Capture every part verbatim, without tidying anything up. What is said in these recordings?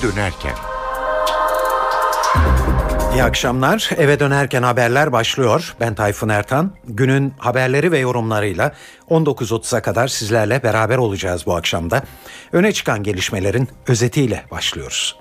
dönerken. İyi akşamlar. Eve dönerken haberler başlıyor. Ben Tayfun Ertan. Günün haberleri ve yorumlarıyla on dokuz otuza kadar sizlerle beraber olacağız bu akşamda. Öne çıkan gelişmelerin özetiyle başlıyoruz.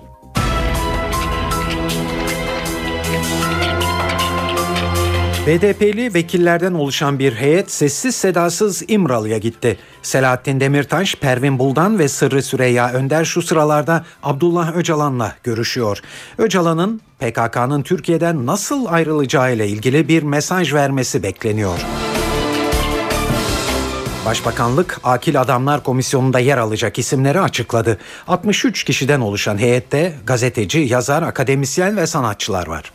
B D P'li vekillerden oluşan bir heyet sessiz sedasız İmralı'ya gitti. Selahattin Demirtaş, Pervin Buldan ve Sırrı Süreyya Önder şu sıralarda Abdullah Öcalan'la görüşüyor. Öcalan'ın P K K'nın Türkiye'den nasıl ayrılacağı ile ilgili bir mesaj vermesi bekleniyor. Başbakanlık Akil Adamlar Komisyonu'nda yer alacak isimleri açıkladı. altmış üç kişiden oluşan heyette gazeteci, yazar, akademisyen ve sanatçılar var.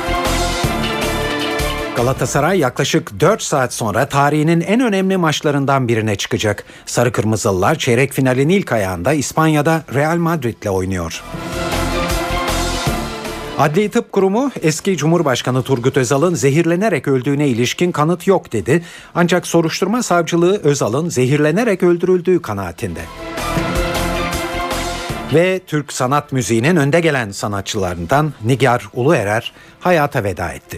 Galatasaray yaklaşık dört saat sonra tarihinin en önemli maçlarından birine çıkacak. Sarı Kırmızılılar çeyrek finalin ilk ayağında İspanya'da Real Madrid'le oynuyor. Adli Tıp Kurumu eski Cumhurbaşkanı Turgut Özal'ın zehirlenerek öldüğüne ilişkin kanıt yok dedi. Ancak soruşturma savcılığı Özal'ın zehirlenerek öldürüldüğü kanaatinde. Ve Türk sanat müziğinin önde gelen sanatçılarından Nigar Uluerer hayata veda etti.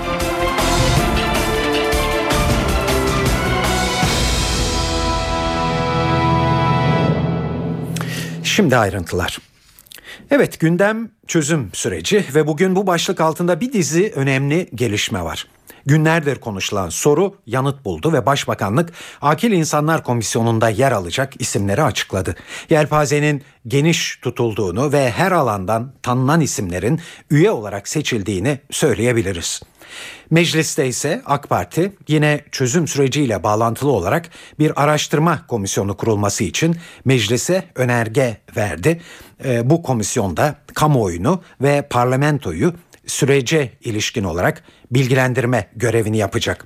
Şimdi ayrıntılar. Evet, gündem çözüm süreci ve bugün bu başlık altında bir dizi önemli gelişme var. Günlerdir konuşulan soru yanıt buldu ve Başbakanlık Akil İnsanlar Komisyonu'nda yer alacak isimleri açıkladı. Yelpazenin geniş tutulduğunu ve her alandan tanınan isimlerin üye olarak seçildiğini söyleyebiliriz. Mecliste ise AK Parti yine çözüm süreciyle bağlantılı olarak bir araştırma komisyonu kurulması için meclise önerge verdi. E, bu komisyonda kamuoyunu ve parlamentoyu sürece ilişkin olarak bilgilendirme görevini yapacak.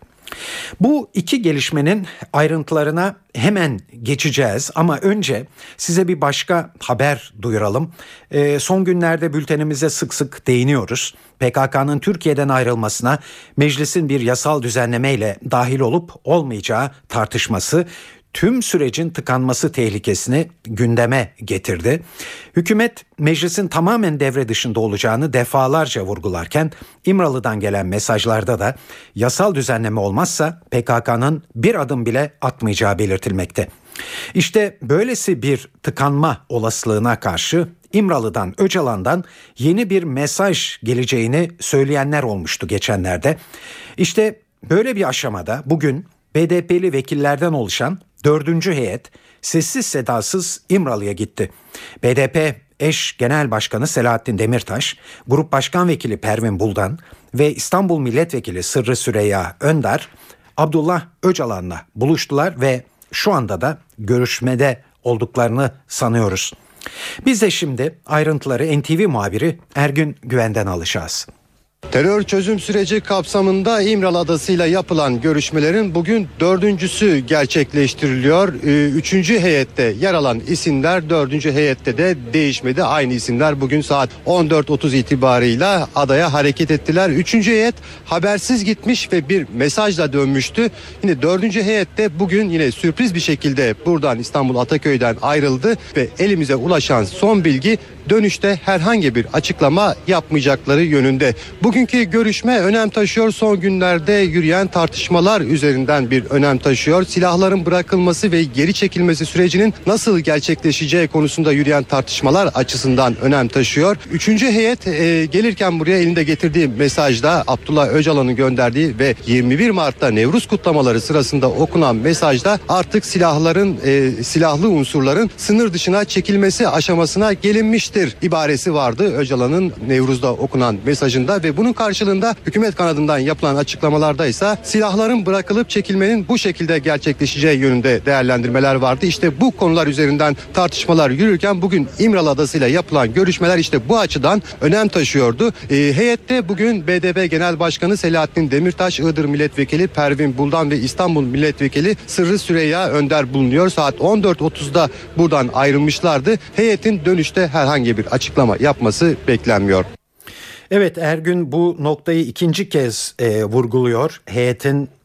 Bu iki gelişmenin ayrıntılarına hemen geçeceğiz ama önce size bir başka haber duyuralım. Ee, son günlerde bültenimize sık sık değiniyoruz. P K K'nın Türkiye'den ayrılmasına meclisin bir yasal düzenlemeyle dahil olup olmayacağı tartışması tüm sürecin tıkanması tehlikesini gündeme getirdi. Hükümet meclisin tamamen devre dışında olacağını defalarca vurgularken İmralı'dan gelen mesajlarda da yasal düzenleme olmazsa P K K'nın bir adım bile atmayacağı belirtilmekte. İşte böylesi bir tıkanma olasılığına karşı İmralı'dan, Öcalan'dan yeni bir mesaj geleceğini söyleyenler olmuştu geçenlerde. İşte böyle bir aşamada bugün B D P'li vekillerden oluşan dördüncü heyet sessiz sedasız İmralı'ya gitti. B D P eş genel başkanı Selahattin Demirtaş, Grup Başkan Vekili Pervin Buldan ve İstanbul Milletvekili Sırrı Süreyya Önder, Abdullah Öcalan'la buluştular ve şu anda da görüşmede olduklarını sanıyoruz. Biz de şimdi ayrıntıları N T V muhabiri Ergün Güven'den alacağız. Terör çözüm süreci kapsamında İmralı Adası'yla yapılan görüşmelerin bugün dördüncüsü gerçekleştiriliyor. Üçüncü heyette yer alan isimler dördüncü heyette de değişmedi. Aynı isimler bugün saat on dört otuz itibarıyla adaya hareket ettiler. Üçüncü heyet habersiz gitmiş ve bir mesajla dönmüştü. Yine dördüncü heyette bugün yine sürpriz bir şekilde buradan İstanbul Ataköy'den ayrıldı ve elimize ulaşan son bilgi dönüşte herhangi bir açıklama yapmayacakları yönünde. Bugünkü görüşme önem taşıyor. Son günlerde yürüyen tartışmalar üzerinden bir önem taşıyor. Silahların bırakılması ve geri çekilmesi sürecinin nasıl gerçekleşeceği konusunda yürüyen tartışmalar açısından önem taşıyor. Üçüncü heyet e, gelirken buraya elinde getirdiği mesajda Abdullah Öcalan'ın gönderdiği ve yirmi bir Mart'ta Nevruz kutlamaları sırasında okunan mesajda artık silahların e, silahlı unsurların sınır dışına çekilmesi aşamasına gelinmiştir ibaresi vardı Öcalan'ın Nevruz'da okunan mesajında ve bunun karşılığında hükümet kanadından yapılan açıklamalarda ise silahların bırakılıp çekilmenin bu şekilde gerçekleşeceği yönünde değerlendirmeler vardı. İşte bu konular üzerinden tartışmalar yürürken bugün İmralı Adası'yla yapılan görüşmeler işte bu açıdan önem taşıyordu. E, heyette bugün B D P Genel Başkanı Selahattin Demirtaş, Iğdır Milletvekili Pervin Buldan ve İstanbul Milletvekili Sırrı Süreyya Önder bulunuyor. Saat on dört otuzda buradan ayrılmışlardı. Heyetin dönüşte herhangi bir açıklama yapması beklenmiyor. Evet, Ergün bu noktayı ikinci kez e, vurguluyor. Heyetin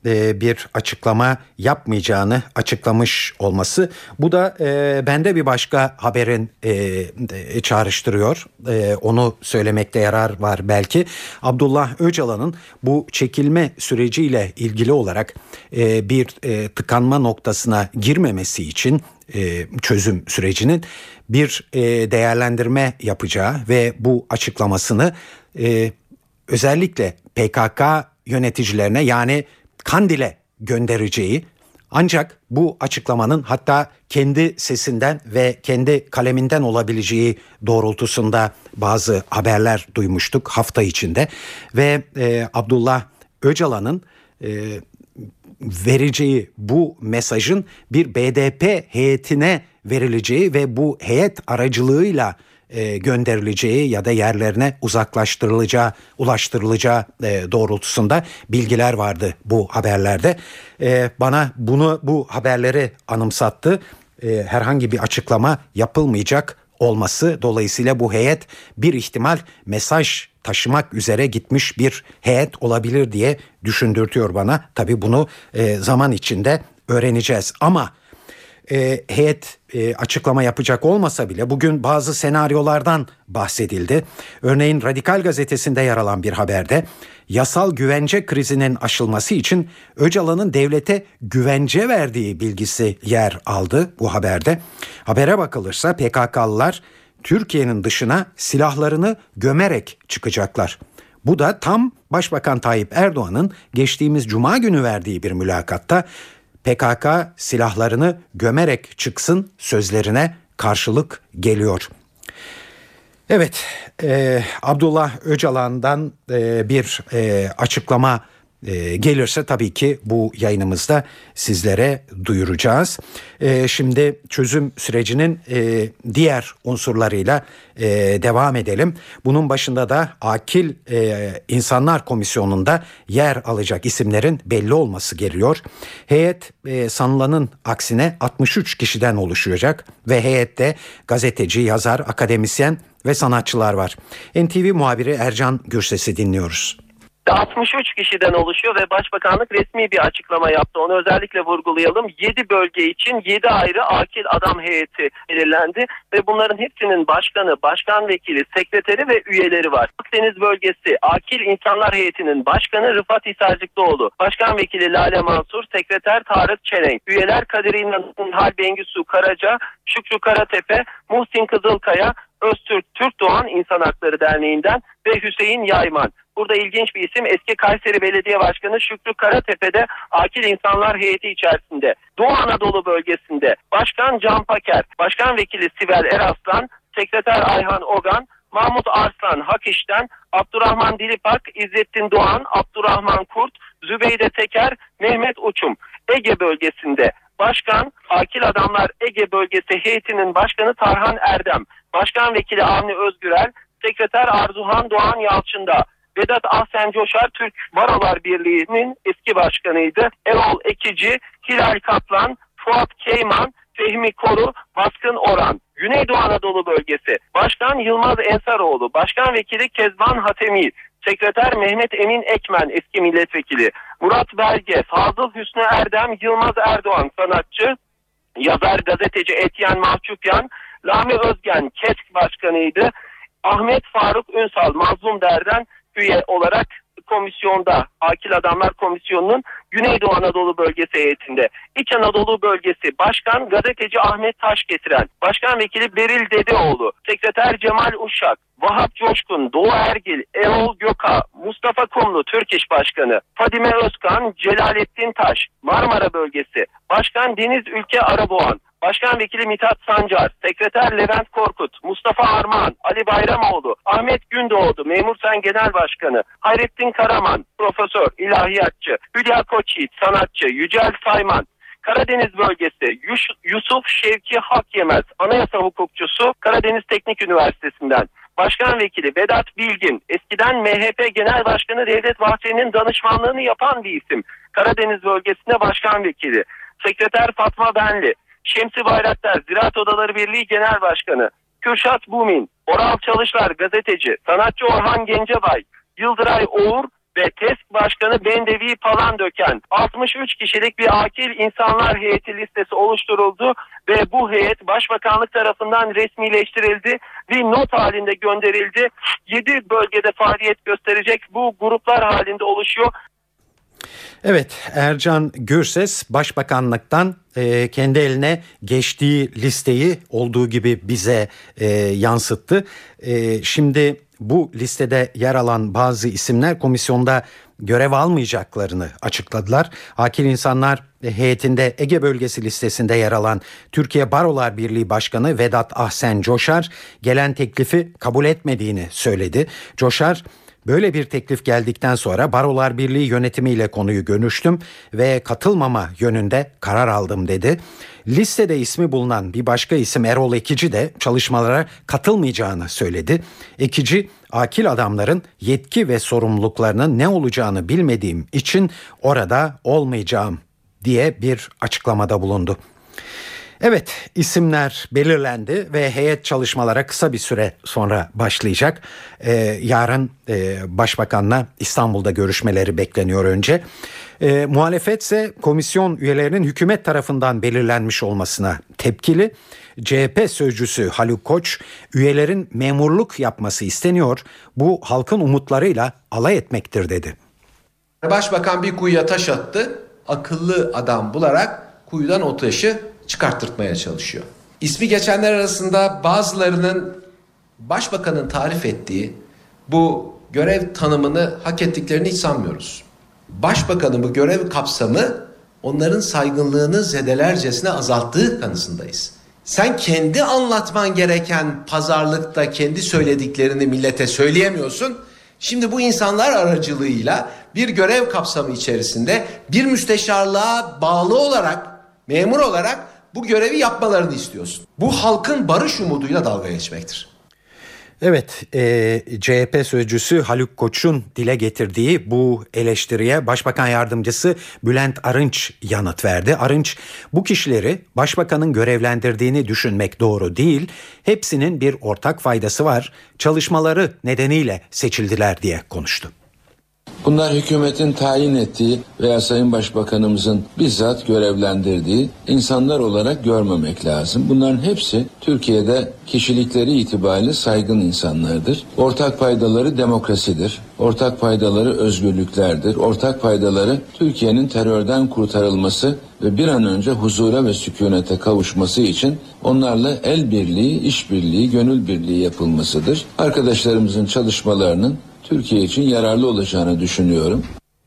e, bir açıklama yapmayacağını açıklamış olması. Bu da e, bende bir başka haberin e, e, çağrıştırıyor. E, onu söylemekte yarar var belki. Abdullah Öcalan'ın bu çekilme süreciyle ilgili olarak e, bir e, tıkanma noktasına girmemesi için e, çözüm sürecinin bir e, değerlendirme yapacağı ve bu açıklamasını e, özellikle P K K yöneticilerine, yani Kandil'e göndereceği, ancak bu açıklamanın hatta kendi sesinden ve kendi kaleminden olabileceği doğrultusunda bazı haberler duymuştuk hafta içinde ve e, Abdullah Öcalan'ın e, vereceği bu mesajın bir B D P heyetine verileceği ve bu heyet aracılığıyla e, gönderileceği ya da yerlerine uzaklaştırılacağı, ulaştırılacağı e, doğrultusunda bilgiler vardı bu haberlerde. E, bana bunu, bu haberleri anımsattı. E, herhangi bir açıklama yapılmayacak olması dolayısıyla bu heyet bir ihtimal mesaj taşımak üzere gitmiş bir heyet olabilir diye düşündürtüyor bana. Tabii bunu e, zaman içinde öğreneceğiz ama e, heyet e, açıklama yapacak olmasa bile bugün bazı senaryolardan bahsedildi. Örneğin Radikal Gazetesi'nde yer alan bir haberde yasal güvence krizinin aşılması için Öcalan'ın devlete güvence verdiği bilgisi yer aldı bu haberde. Habere bakılırsa P K K'lılar Türkiye'nin dışına silahlarını gömerek çıkacaklar. Bu da tam Başbakan Tayyip Erdoğan'ın geçtiğimiz Cuma günü verdiği bir mülakatta P K K silahlarını gömerek çıksın sözlerine karşılık geliyor. Evet, e, Abdullah Öcalan'dan e, bir e, açıklama e, gelirse tabii ki bu yayınımızda sizlere duyuracağız. E, şimdi çözüm sürecinin e, diğer unsurlarıyla e, devam edelim. Bunun başında da Akil e, İnsanlar Komisyonu'nda yer alacak isimlerin belli olması geliyor. Heyet e, sanılanın aksine altmış üç kişiden oluşacak ve heyette gazeteci, yazar, akademisyen ve sanatçılar var. N T V muhabiri Ercan Gürses'i dinliyoruz. altmış üç kişiden oluşuyor ve Başbakanlık resmi bir açıklama yaptı. Onu özellikle vurgulayalım. yedi bölge için yedi ayrı akil adam heyeti belirlendi ve bunların hepsinin başkanı, başkan vekili, sekreteri ve üyeleri var. Akdeniz bölgesi akil insanlar heyetinin başkanı Rıfat Hisarcıklıoğlu, başkan vekili Lale Mansur, sekreter Tarık Çelenk, üyeler Kadir İnan'ın Hal Bengisu Karaca, Şükrü Karatepe, Muhsin Kızılkaya, Öztürk Türk Doğan İnsan Hakları Derneği'nden ve Hüseyin Yayman. Burada ilginç bir isim, eski Kayseri Belediye Başkanı Şükrü Karatepe'de Akil İnsanlar Heyeti içerisinde. Doğu Anadolu bölgesinde Başkan Can Paker, Başkan Vekili Sibel Eraslan, Sekreter Ayhan Ogan, Mahmut Arslan Hakiş'ten, Abdurrahman Dilipak, İzzettin Doğan, Abdurrahman Kurt, Zübeyde Teker, Mehmet Uçum. Ege bölgesinde Başkan Akil Adamlar Ege Bölgesi Heyeti'nin başkanı Tarhan Erdem, Başkan Vekili Avni Özgürel, Sekreter Arzuhan Doğan Yalçın'da. Vedat Ahsen Coşar Türk Barolar Birliği'nin eski başkanıydı. Erol Ekici, Hilal Kaplan, Fuat Keyman, Fehmi Koru, Baskın Orhan. Güneydoğu Anadolu Bölgesi Başkan Yılmaz Ensaroğlu, Başkan Vekili Kezban Hatemi, Sekreter Mehmet Emin Ekmen eski milletvekili, Murat Belge, Fazıl Hüsnü Erdem, Yılmaz Erdoğan sanatçı, yazar gazeteci Etyen Mahçupyan, Lami Özgen KESK Başkanıydı. Ahmet Faruk Ünsal Mazlum Der'den üye olarak komisyonda, Akil Adamlar Komisyonu'nun Güneydoğu Anadolu Bölgesi heyetinde. İç Anadolu Bölgesi Başkan Gazeteci Ahmet Taşgetiren, Başkan Vekili Beril Dedeoğlu, Sekreter Cemal Uşak, Vahap Coşkun, Doğu Ergil, Erol Göka, Mustafa Kumlu Türk İş Başkanı, Fadime Özkan, Celalettin Taş, Marmara Bölgesi Başkan Deniz Ülke Araboğan, Başkan Vekili Mithat Sancar, Sekreter Levent Korkut, Mustafa Armağan, Ali Bayramoğlu, Ahmet Gündoğdu, Memur Sen Genel Başkanı, Hayrettin Karaman, Profesör, ilahiyatçı, Hülya Koçyiğit, sanatçı, Yücel Sayman, Karadeniz Bölgesi Yus- Yusuf Şevki Hakyemez, anayasa hukukçusu, Karadeniz Teknik Üniversitesi'nden. Başkan Vekili Vedat Bilgin, eskiden M H P Genel Başkanı Devlet Bahçeli'nin danışmanlığını yapan bir isim. Karadeniz Bölgesi'nde Başkan Vekili. Sekreter Fatma Benli, Şemsi Bayraktar, Ziraat Odaları Birliği Genel Başkanı, Kürşat Bumin, Oral Çalışlar gazeteci, sanatçı Orhan Gencebay, Yıldıray Oğur ve TESK Başkanı Bendevi Palandöken altmış üç kişilik bir akil insanlar heyeti listesi oluşturuldu ve bu heyet Başbakanlık tarafından resmileştirildi ve not halinde gönderildi. yedi bölgede faaliyet gösterecek bu gruplar halinde oluşuyor. Evet, Ercan Gürses Başbakanlıktan e, kendi eline geçtiği listeyi olduğu gibi bize e, yansıttı. E, şimdi bu listede yer alan bazı isimler komisyonda görev almayacaklarını açıkladılar. Akil İnsanlar heyetinde Ege bölgesi listesinde yer alan Türkiye Barolar Birliği Başkanı Vedat Ahsen Coşar gelen teklifi kabul etmediğini söyledi. Coşar, böyle bir teklif geldikten sonra Barolar Birliği yönetimiyle konuyu görüştüm ve katılmama yönünde karar aldım dedi. Listede ismi bulunan bir başka isim Erol Ekici de çalışmalara katılmayacağını söyledi. Ekici, akil adamların yetki ve sorumluluklarının ne olacağını bilmediğim için orada olmayacağım diye bir açıklamada bulundu. Evet, isimler belirlendi ve heyet çalışmalara kısa bir süre sonra başlayacak. Ee, yarın e, Başbakan'la İstanbul'da görüşmeleri bekleniyor önce. E, muhalefet ise komisyon üyelerinin hükümet tarafından belirlenmiş olmasına tepkili. C H P sözcüsü Haluk Koç, üyelerin memurluk yapması isteniyor, bu halkın umutlarıyla alay etmektir dedi. Başbakan bir kuyuya taş attı, akıllı adam bularak kuyudan o taşı çıkarttırtmaya çalışıyor. İsmi geçenler arasında bazılarının başbakanın tarif ettiği bu görev tanımını hak ettiklerini hiç sanmıyoruz. Başbakanın bu görev kapsamı onların saygınlığını zedelercesine azalttığı kanısındayız. Sen kendi anlatman gereken pazarlıkta kendi söylediklerini millete söyleyemiyorsun. Şimdi bu insanlar aracılığıyla bir görev kapsamı içerisinde bir müsteşarlığa bağlı olarak, memur olarak bu görevi yapmalarını istiyorsun. Bu halkın barış umuduyla dalga geçmektir. Evet, e, C H P sözcüsü Haluk Koç'un dile getirdiği bu eleştiriye Başbakan Yardımcısı Bülent Arınç yanıt verdi. Arınç, bu kişileri Başbakanın görevlendirdiğini düşünmek doğru değil, hepsinin bir ortak faydası var, çalışmaları nedeniyle seçildiler diye konuştu. Bunlar hükümetin tayin ettiği veya Sayın Başbakanımızın bizzat görevlendirdiği insanlar olarak görmemek lazım. Bunların hepsi Türkiye'de kişilikleri itibariyle saygın insanlardır. Ortak paydaları demokrasidir. Ortak paydaları özgürlüklerdir. Ortak paydaları Türkiye'nin terörden kurtarılması ve bir an önce huzura ve sükunete kavuşması için onlarla el birliği, işbirliği, gönül birliği yapılmasıdır. Arkadaşlarımızın çalışmalarının Türkiye için yararlı olacağını düşünüyorum.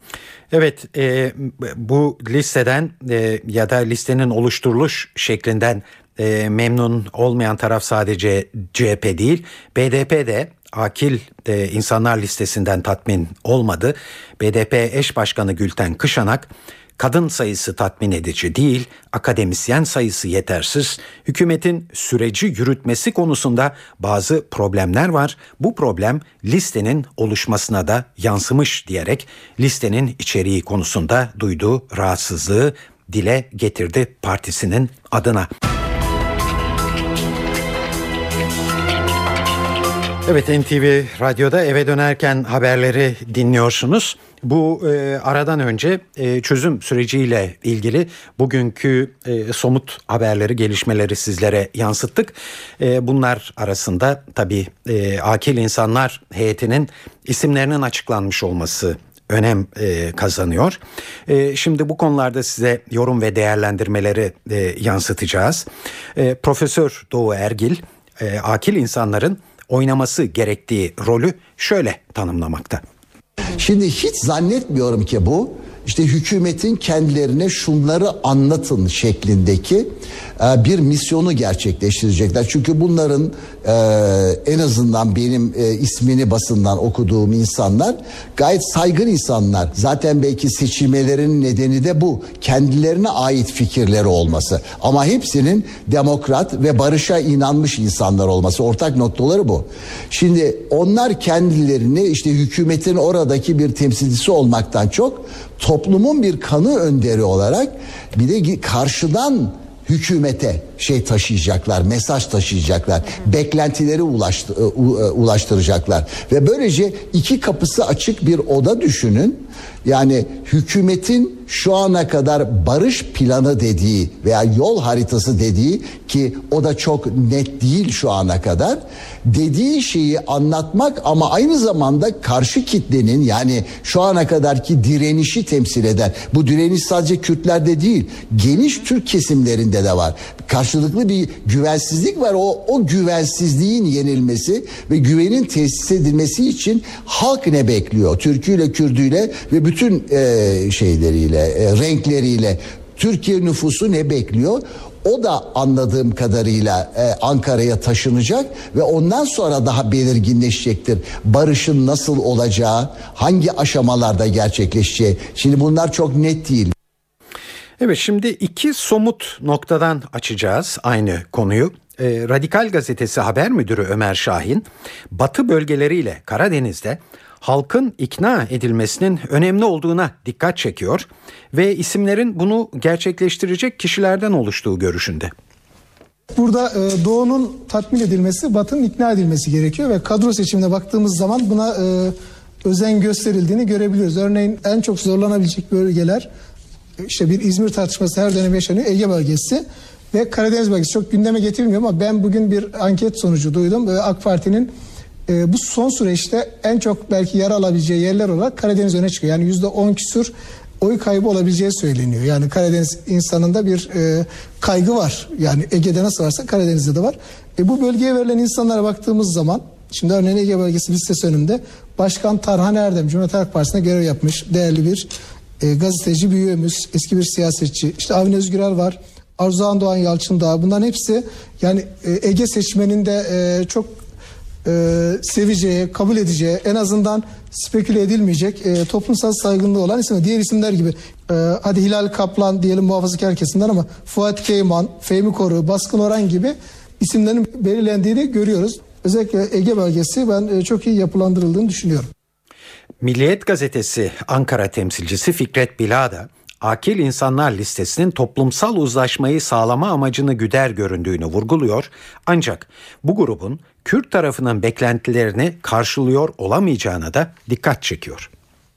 Evet, e, bu listeden e, ya da listenin oluşturuluş şeklinden e, memnun olmayan taraf sadece C H P değil, B D P de akil e, insanlar listesinden tatmin olmadı. B D P eş başkanı Gülten Kışanak, kadın sayısı tatmin edici değil, akademisyen sayısı yetersiz, hükümetin süreci yürütmesi konusunda bazı problemler var. Bu problem listenin oluşmasına da yansımış diyerek listenin içeriği konusunda duyduğu rahatsızlığı dile getirdi partisinin adına. Evet, N T V Radyo'da eve dönerken haberleri dinliyorsunuz. Bu e, aradan önce e, çözüm süreciyle ilgili bugünkü e, somut haberleri, gelişmeleri sizlere yansıttık. E, bunlar arasında tabii e, Akil İnsanlar heyetinin isimlerinin açıklanmış olması önem e, kazanıyor. E, şimdi bu konularda size yorum ve değerlendirmeleri e, yansıtacağız. E, Profesör Doğu Ergil, e, akil insanların oynaması gerektiği rolü şöyle tanımlamakta. Şimdi hiç zannetmiyorum ki bu işte hükümetin kendilerine şunları anlatın şeklindeki e, bir misyonu gerçekleştirecekler. Çünkü bunların e, en azından benim e, ismini basından okuduğum insanlar gayet saygın insanlar. Zaten belki seçilmelerinin nedeni de bu. Kendilerine ait fikirleri olması. Ama hepsinin demokrat ve barışa inanmış insanlar olması. Ortak noktaları bu. Şimdi onlar kendilerini işte hükümetin oradaki bir temsilcisi olmaktan çok toplumun bir kanı önderi olarak bir de karşıdan hükümete şey taşıyacaklar, mesaj taşıyacaklar. Beklentileri ulaştı, ulaştıracaklar. Ve böylece iki kapısı açık bir oda düşünün. Yani hükümetin şu ana kadar barış planı dediği veya yol haritası dediği, ki o da çok net değil şu ana kadar, dediği şeyi anlatmak ama aynı zamanda karşı kitlenin, yani şu ana kadarki direnişi temsil eden, bu direniş sadece Kürtlerde değil, geniş Türk kesimlerinde de var. Karşılıklı bir güvensizlik var. O, o güvensizliğin yenilmesi ve güvenin tesis edilmesi için halk ne bekliyor? Türküyle, Kürdüyle ve bütün e, şeyleriyle, e, renkleriyle Türkiye nüfusu ne bekliyor? O da anladığım kadarıyla e, Ankara'ya taşınacak ve ondan sonra daha belirginleşecektir. Barışın nasıl olacağı, hangi aşamalarda gerçekleşeceği. Şimdi bunlar çok net değil. Evet, şimdi iki somut noktadan açacağız aynı konuyu. Ee, Radikal Gazetesi haber müdürü Ömer Şahin, Batı bölgeleriyle Karadeniz'de halkın ikna edilmesinin önemli olduğuna dikkat çekiyor ve isimlerin bunu gerçekleştirecek kişilerden oluştuğu görüşünde. Burada e, Doğu'nun tatmin edilmesi, Batı'nın ikna edilmesi gerekiyor ve kadro seçimine baktığımız zaman buna e, özen gösterildiğini görebiliyoruz. Örneğin en çok zorlanabilecek bölgeler, işte bir İzmir tartışması her dönem yaşanıyor, Ege bölgesi ve Karadeniz bölgesi çok gündeme getirilmiyor ama ben bugün bir anket sonucu duydum. Böyle AK Parti'nin e, bu son süreçte en çok belki yer alabileceği yerler olarak Karadeniz öne çıkıyor. Yani yüzde on küsur oy kaybı olabileceği söyleniyor. Yani Karadeniz insanında bir e, kaygı var. Yani Ege'de nasıl varsa Karadeniz'de de var. E, bu bölgeye verilen insanlara baktığımız zaman, şimdi örneğin Ege bölgesi listesi önümde, Başkan Tarhan Erdem Cumhuriyet Halk Partisi'ne görev yapmış değerli bir e, gazeteci büyüğümüz, eski bir siyasetçi. İşte Avni Özgürel var, Arzuhan Doğan Yalçındağ. Bunların hepsi yani e, Ege seçmeninde e, çok e, seveceği, kabul edeceği, en azından speküle edilmeyecek e, toplumsal saygınlığı olan isimler. Diğer isimler gibi e, hadi Hilal Kaplan diyelim muhafazakar kesimden, ama Fuat Keyman, Fehmi Koru, Baskın Orhan gibi isimlerin belirlendiğini görüyoruz. Özellikle Ege bölgesi ben e, çok iyi yapılandırıldığını düşünüyorum. Milliyet Gazetesi Ankara temsilcisi Fikret Bilada, Akil İnsanlar listesinin toplumsal uzlaşmayı sağlama amacını güder göründüğünü vurguluyor. Ancak bu grubun Kürt tarafının beklentilerini karşılıyor olamayacağına da dikkat çekiyor.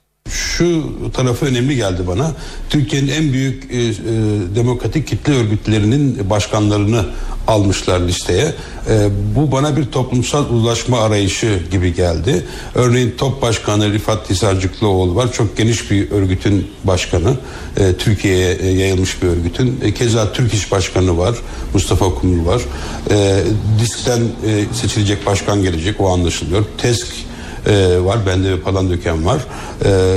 Şu tarafı önemli geldi bana. Türkiye'nin en büyük e, e, demokratik kitle örgütlerinin başkanlarını almışlar listeye. E, bu bana bir toplumsal uzlaşma arayışı gibi geldi. Örneğin Top Başkanı Rifat Hisarcıklıoğlu var. Çok geniş bir örgütün başkanı. E, Türkiye'ye e, yayılmış bir örgütün. E, keza Türk İş Başkanı var. Mustafa Kumru var. E, DİSK'ten e, seçilecek başkan gelecek. O anlaşılıyor. TESK Ee, var, bende ve Palandöken var. Ee,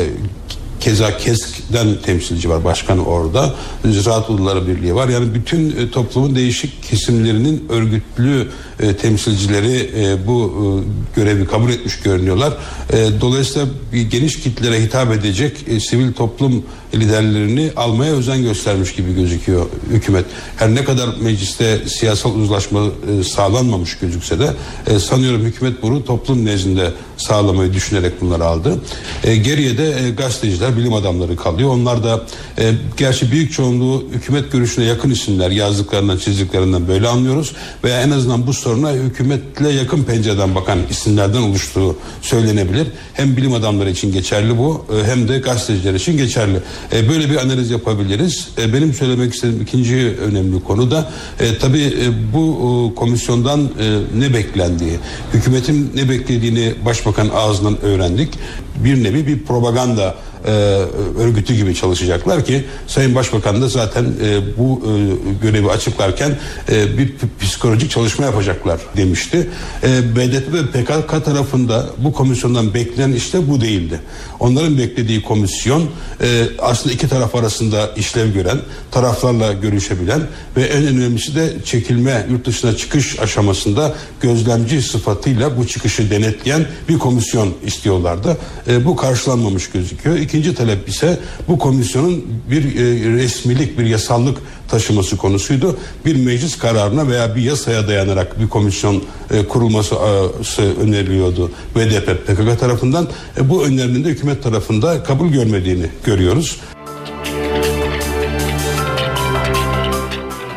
keza KESK'den temsilci var, başkanı orada. Ziraat Odaları Birliği var. Yani bütün e, toplumun değişik kesimlerinin örgütlü e, temsilcileri e, bu e, görevi kabul etmiş görünüyorlar. E, dolayısıyla bir geniş kitlere hitap edecek e, sivil toplum liderlerini almaya özen göstermiş gibi gözüküyor hükümet. Her ne kadar mecliste siyasal uzlaşma e, sağlanmamış gözükse de e, sanıyorum hükümet bunu toplum nezdinde sağlamayı düşünerek bunları aldı. E, geriye de e, gazeteciler, bilim adamları kalıyor. Onlar da e, gerçi büyük çoğunluğu hükümet görüşüne yakın isimler, yazdıklarından, çizdiklerinden böyle anlıyoruz. Veya en azından bu soruna hükümetle yakın pencereden bakan isimlerden oluştuğu söylenebilir. Hem bilim adamları için geçerli bu, e, hem de gazeteciler için geçerli. E, böyle bir analiz yapabiliriz. E, benim söylemek istediğim ikinci önemli konu da e, tabii e, bu e, komisyondan e, ne beklendiği, hükümetin ne beklediğini Başbakan ağzından öğrendik. Bir nevi bir propaganda e, örgütü gibi çalışacaklar ki Sayın Başbakan da zaten e, bu e, görevi açıklarken e, bir psikolojik çalışma yapacaklar demişti. E, B D P ve P K K tarafında bu komisyondan beklenen işte bu değildi. Onların beklediği komisyon e, aslında iki taraf arasında işlev gören, taraflarla görüşebilen ve en önemlisi de çekilme, yurt dışına çıkış aşamasında gözlemci sıfatıyla bu çıkışı denetleyen bir komisyon istiyorlardı. E, bu karşılanmamış gözüküyor. İkinci talep ise bu komisyonun bir e, resmilik, bir yasallık taşıması konusuydu. Bir meclis kararına veya bir yasaya dayanarak bir komisyon e, kurulması e, öneriliyordu B D P P K K tarafından. E, bu önerinin de hükümet tarafında kabul görmediğini görüyoruz.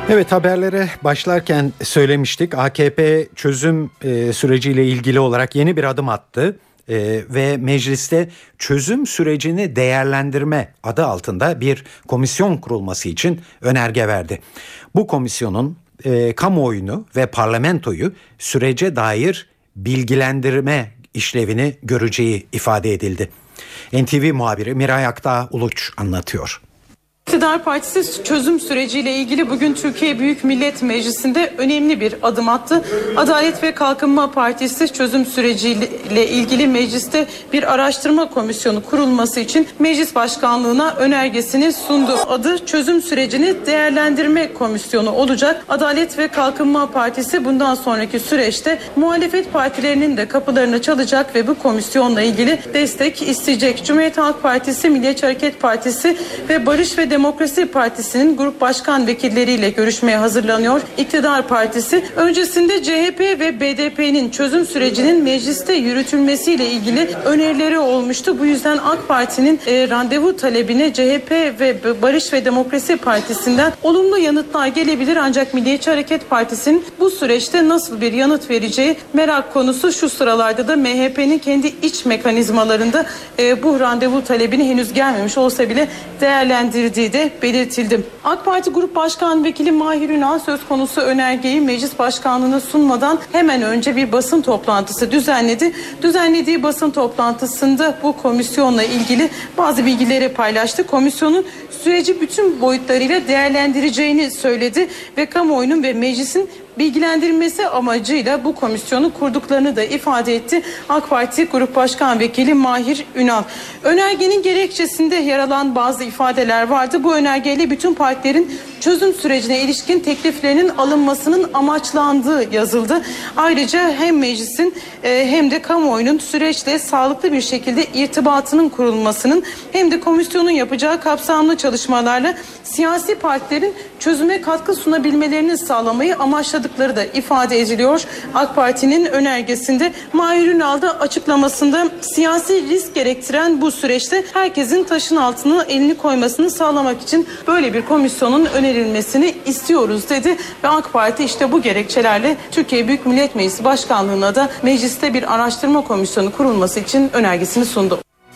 Evet, haberlere başlarken söylemiştik. A K P çözüm e, süreciyle ilgili olarak yeni bir adım attı. Ee, ve mecliste çözüm sürecini değerlendirme adı altında bir komisyon kurulması için önerge verdi. Bu komisyonun e, kamuoyunu ve parlamentoyu sürece dair bilgilendirme işlevini göreceği ifade edildi. N T V muhabiri Miray Aktağ Uluç anlatıyor. İktidar Partisi çözüm süreciyle ilgili bugün Türkiye Büyük Millet Meclisi'nde önemli bir adım attı. Adalet ve Kalkınma Partisi çözüm süreciyle ilgili mecliste bir araştırma komisyonu kurulması için meclis başkanlığına önergesini sundu. Adı çözüm sürecini değerlendirme komisyonu olacak. Adalet ve Kalkınma Partisi bundan sonraki süreçte muhalefet partilerinin de kapılarını çalacak ve bu komisyonla ilgili destek isteyecek. Cumhuriyet Halk Partisi, Milliyetçi Hareket Partisi ve Barış ve Demokrasi Partisi'nin grup başkan vekilleriyle görüşmeye hazırlanıyor. İktidar Partisi öncesinde C H P ve B D P'nin çözüm sürecinin mecliste yürütülmesiyle ilgili önerileri olmuştu. Bu yüzden AK Parti'nin e, randevu talebine C H P ve Barış ve Demokrasi Partisi'nden olumlu yanıtlar gelebilir. Ancak Milliyetçi Hareket Partisi'nin bu süreçte nasıl bir yanıt vereceği merak konusu. Şu sıralarda da M H P'nin kendi iç mekanizmalarında e, bu randevu talebini henüz gelmemiş olsa bile değerlendirdiği de belirtildi. AK Parti Grup Başkan Vekili Mahir Ünal söz konusu önergeyi meclis başkanlığına sunmadan hemen önce bir basın toplantısı düzenledi. Düzenlediği basın toplantısında bu komisyonla ilgili bazı bilgileri paylaştı. Komisyonun süreci bütün boyutlarıyla değerlendireceğini söyledi ve kamuoyunun ve meclisin bilgilendirilmesi amacıyla bu komisyonu kurduklarını da ifade etti. AK Parti Grup Başkan Vekili Mahir Ünal. Önergenin gerekçesinde yer alan bazı ifadeler vardı. Bu önergeyle bütün partilerin çözüm sürecine ilişkin tekliflerinin alınmasının amaçlandığı yazıldı. Ayrıca hem meclisin hem de kamuoyunun süreçle sağlıklı bir şekilde irtibatının kurulmasının hem de komisyonun yapacağı kapsamlı çalışmalarla siyasi partilerin çözüme katkı sunabilmelerini sağlamayı amaçladıkları da ifade ediliyor. AK Parti'nin önergesinde Mahir Ünal da açıklamasında siyasi risk gerektiren bu süreçte herkesin taşın altına elini koymasını sağlamak için böyle bir komisyonun önerilmesini istiyoruz dedi ve AK Parti işte bu gerekçelerle Türkiye Büyük Millet Meclisi Başkanlığı'na da mecliste bir araştırma komisyonu kurulması için önergesini sundu.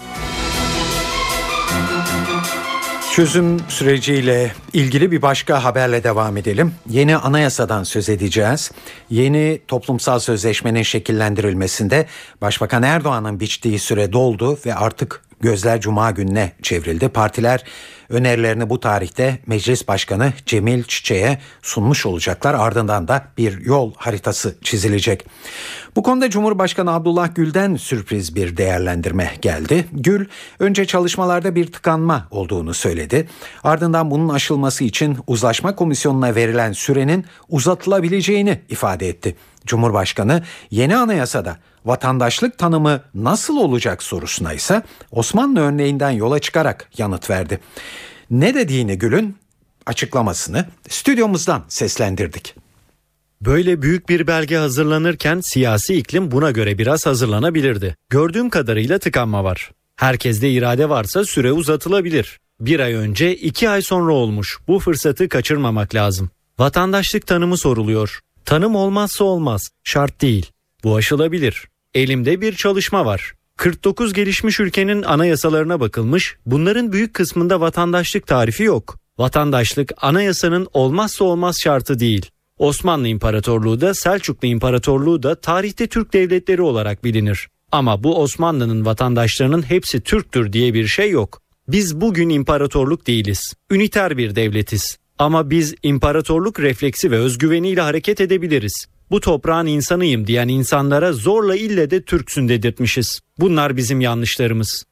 Çözüm süreciyle ilgili bir başka haberle devam edelim. Yeni anayasadan söz edeceğiz. Yeni toplumsal sözleşmenin şekillendirilmesinde Başbakan Erdoğan'ın biçtiği süre doldu ve artık gözler Cuma gününe çevrildi. Partiler önerilerini bu tarihte Meclis Başkanı Cemil Çiçek'e sunmuş olacaklar. Ardından da bir yol haritası çizilecek. Bu konuda Cumhurbaşkanı Abdullah Gül'den sürpriz bir değerlendirme geldi. Gül önce çalışmalarda bir tıkanma olduğunu söyledi. Ardından bunun aşılması için uzlaşma komisyonuna verilen sürenin uzatılabileceğini ifade etti. Cumhurbaşkanı yeni anayasada vatandaşlık tanımı nasıl olacak sorusuna ise Osmanlı örneğinden yola çıkarak yanıt verdi. Ne dediğini Gül'ün açıklamasını stüdyomuzdan seslendirdik. Böyle büyük bir belge hazırlanırken siyasi iklim buna göre biraz hazırlanabilirdi. Gördüğüm kadarıyla tıkanma var. Herkeste irade varsa süre uzatılabilir. Bir ay önce iki ay sonra olmuş. Bu fırsatı kaçırmamak lazım. Vatandaşlık tanımı soruluyor. Tanım olmazsa olmaz, şart değil. Bu aşılabilir. Elimde bir çalışma var. kırk dokuz gelişmiş ülkenin anayasalarına bakılmış, bunların büyük kısmında vatandaşlık tarifi yok. Vatandaşlık anayasanın olmazsa olmaz şartı değil. Osmanlı İmparatorluğu da Selçuklu İmparatorluğu da tarihte Türk devletleri olarak bilinir. Ama bu Osmanlı'nın vatandaşlarının hepsi Türktür diye bir şey yok. Biz bugün imparatorluk değiliz. Üniter bir devletiz. Ama biz imparatorluk refleksi ve özgüveniyle hareket edebiliriz. Bu toprağın insanıyım diyen insanlara zorla ille de Türksün dedirtmişiz. Bunlar bizim yanlışlarımız.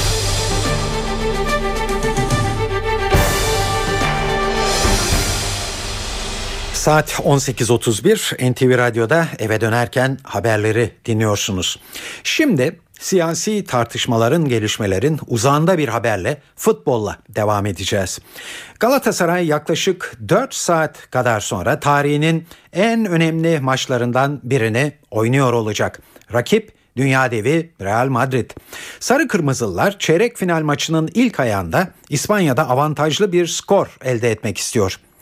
Saat on sekiz otuz bir N T V Radyo'da eve dönerken haberleri dinliyorsunuz. Şimdi siyasi tartışmaların, gelişmelerin uzağında bir haberle, futbolla devam edeceğiz. Galatasaray yaklaşık dört saat kadar sonra tarihinin en önemli maçlarından birini oynuyor olacak. Rakip dünya devi Real Madrid. Sarı Kırmızılılar çeyrek final maçının ilk ayağında İspanya'da avantajlı bir skor elde etmek istiyor.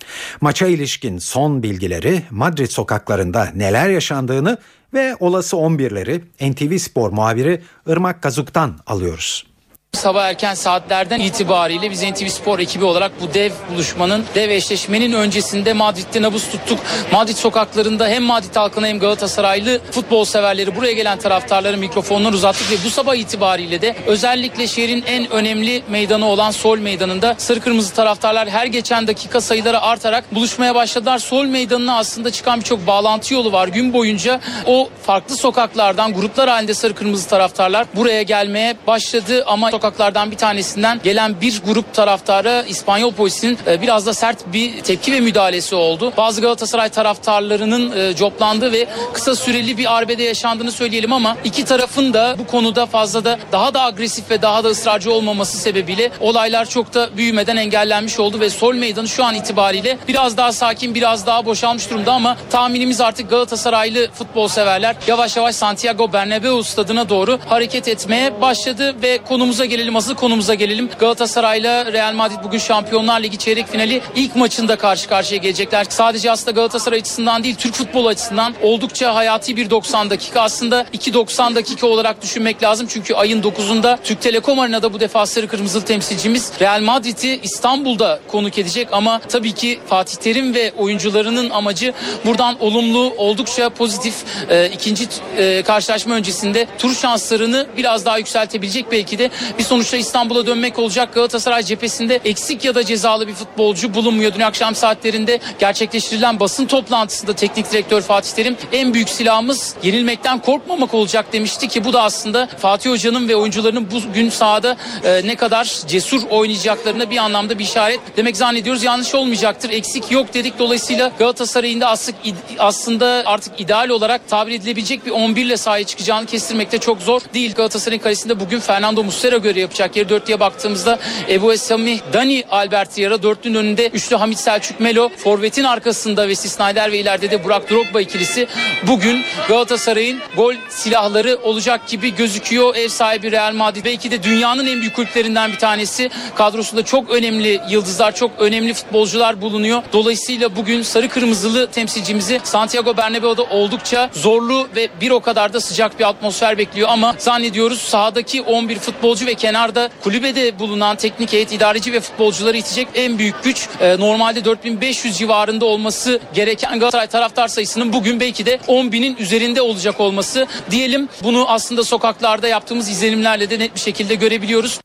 Maça ilişkin son bilgileri, Madrid sokaklarında neler yaşandığını ve olası on birleri N T V Spor muhabiri Irmak Kazuk'tan alıyoruz. Sabah erken saatlerden itibariyle biz N T V Spor ekibi olarak bu dev buluşmanın, dev eşleşmenin öncesinde Madrid'de nabız tuttuk. Madrid sokaklarında hem Madrid halkına hem Galatasaraylı futbol severleri, buraya gelen taraftarların mikrofonları uzattık ve bu sabah itibariyle de özellikle şehrin en önemli meydanı olan Sol Meydanı'nda sarı kırmızı taraftarlar her geçen dakika sayıları artarak buluşmaya başladılar. Sol Meydanı'na aslında çıkan birçok bağlantı yolu var. Gün boyunca o farklı sokaklardan gruplar halinde sarı kırmızı taraftarlar buraya gelmeye başladı ama sokaklardan bir tanesinden gelen bir grup taraftara İspanyol polisinin biraz da sert bir tepki ve müdahalesi oldu. Bazı Galatasaray taraftarlarının coplandığı ve kısa süreli bir arbede yaşandığını söyleyelim ama iki tarafın da bu konuda fazla da daha da agresif ve daha da ısrarcı olmaması sebebiyle olaylar çok da büyümeden engellenmiş oldu ve Sol Meydanı şu an itibariyle biraz daha sakin, biraz daha boşalmış durumda ama tahminimiz artık Galatasaraylı futbol severler yavaş yavaş Santiago Bernabéu stadına doğru hareket etmeye başladı ve konumuza gelelim, asıl konumuza gelelim. Galatasaray'la Real Madrid bugün Şampiyonlar Ligi çeyrek finali ilk maçında karşı karşıya gelecekler. Sadece aslında Galatasaray açısından değil, Türk futbolu açısından oldukça hayati bir doksan dakika. Aslında iki doksan dakika olarak düşünmek lazım. Çünkü ayın dokuzunda Türk Telekom Arena'da bu defa sarı kırmızılı temsilcimiz Real Madrid'i İstanbul'da konuk edecek ama tabii ki Fatih Terim ve oyuncularının amacı buradan olumlu, oldukça pozitif e, ikinci e, karşılaşma öncesinde tur şanslarını biraz daha yükseltebilecek belki de bir sonuçta İstanbul'a dönmek olacak. Galatasaray cephesinde eksik ya da cezalı bir futbolcu bulunmuyor. Dün akşam saatlerinde gerçekleştirilen basın toplantısında teknik direktör Fatih Terim en büyük silahımız yenilmekten korkmamak olacak demişti ki bu da aslında Fatih Hoca'nın ve oyuncularının bugün sahada e, ne kadar cesur oynayacaklarına bir anlamda bir işaret demek zannediyoruz. Yanlış olmayacaktır. Eksik yok dedik. Dolayısıyla Galatasaray'ın da aslında artık ideal olarak tabir edilebilecek bir on bir ile sahaya çıkacağını kestirmekte çok zor değil. Galatasaray'ın kalesinde bugün Fernando Muslera göre yapacak. Yeri dörtlüye baktığımızda Ebu Esami, Dani Albert Yara, dörtlünün önünde üçlü Hamit Selçuk Melo, forvetin arkasında Wesley Sneijder ve ileride de Burak Drogba ikilisi bugün Galatasaray'ın gol silahları olacak gibi gözüküyor. Ev sahibi Real Madrid belki de dünyanın en büyük kulüplerinden bir tanesi. Kadrosunda çok önemli yıldızlar, çok önemli futbolcular bulunuyor. Dolayısıyla bugün sarı kırmızılı temsilcimizi Santiago Bernabéu'da oldukça zorlu ve bir o kadar da sıcak bir atmosfer bekliyor ama zannediyoruz sahadaki on bir futbolcu ve kenarda kulübede bulunan teknik heyet, idareci ve futbolcuları itecek en büyük güç e, normalde dört bin beş yüz civarında olması gereken Galatasaray taraftar sayısının bugün belki de on binin üzerinde olacak olması diyelim. Bunu aslında sokaklarda yaptığımız izlenimlerle de net bir şekilde görebiliyoruz.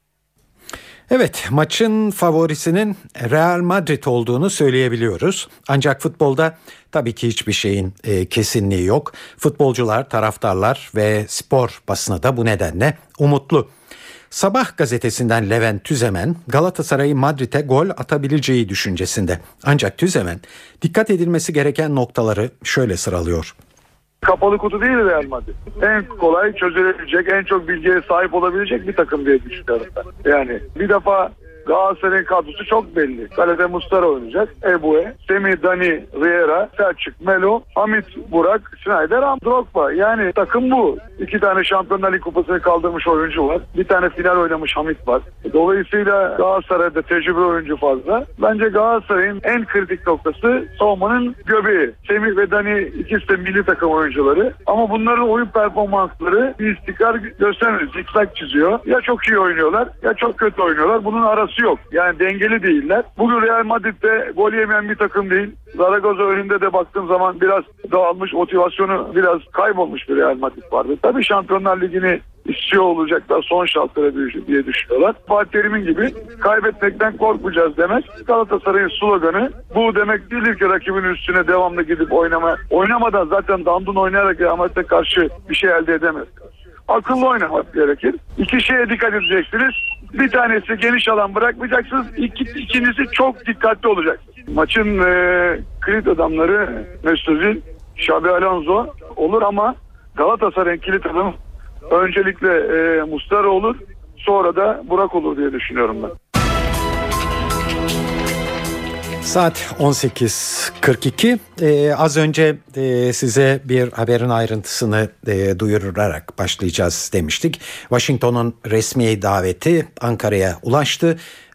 Evet, maçın favorisinin Real Madrid olduğunu söyleyebiliyoruz. Ancak futbolda tabii ki hiçbir şeyin e, kesinliği yok. Futbolcular, taraftarlar ve spor basını da bu nedenle umutlu. Sabah gazetesinden Levent Tüzemen, Galatasaray'ın Madrid'e gol atabileceği düşüncesinde. Ancak Tüzemen dikkat edilmesi gereken noktaları şöyle sıralıyor. Kapalı kutu değil Real Madrid. En kolay çözülebilecek, en çok bilgiye sahip olabilecek bir takım diye düşünüyorum ben. Yani bir defa Galatasaray'ın kadrosu çok belli. Kalede Muslera oynayacak. Ebue, Semih, Dani, Riera, Selçuk, Melo, Hamit, Burak, Sneijder, Drogba. Yani takım bu. İki tane Şampiyonlar Ligi kupasını kaldırmış oyuncu var. Bir tane final oynamış Hamit var. Dolayısıyla Galatasaray'da tecrübe oyuncu fazla. Bence Galatasaray'ın en kritik noktası savunmanın göbeği. Semih ve Dani ikisi de milli takım oyuncuları. Ama bunların oyun performansları bir istikrar göstermiyor. Zikzak çiziyor. Ya çok iyi oynuyorlar ya çok kötü oynuyorlar. Bunun arası yok. Yani dengeli değiller. Bugün Real Madrid'de gol yemeyen bir takım değil. Zaragoza önünde de baktığım zaman biraz dağılmış, motivasyonu biraz kaybolmuş bir Real Madrid vardı. Tabii Şampiyonlar Ligi'ni istiyor olacaklar, son şartlara diye düşünüyorlar. Fatih Terim'in gibi kaybetmekten korkmayacağız demek. Galatasaray'ın sloganı bu demek değil ki rakibin üstüne devamlı gidip oynama. Oynamadan zaten dandun oynayarak Real Madrid'e karşı bir şey elde edemez. Akıllı oynamak gerekir. İki şeye dikkat edeceksiniz. Bir tanesi geniş alan bırakmayacaksınız. İki, ikincisi çok dikkatli olacaksınız. Maçın e, kilit adamları Mesut Özil, Xabi Alonso olur ama Galatasaray'ın kilit adamı öncelikle e, Muslera olur, sonra da Burak olur diye düşünüyorum ben. Saat on sekiz kırk iki. Ee, az önce e, size bir haberin ayrıntısını e, duyurarak başlayacağız demiştik. Washington'un resmi daveti Ankara'ya ulaştı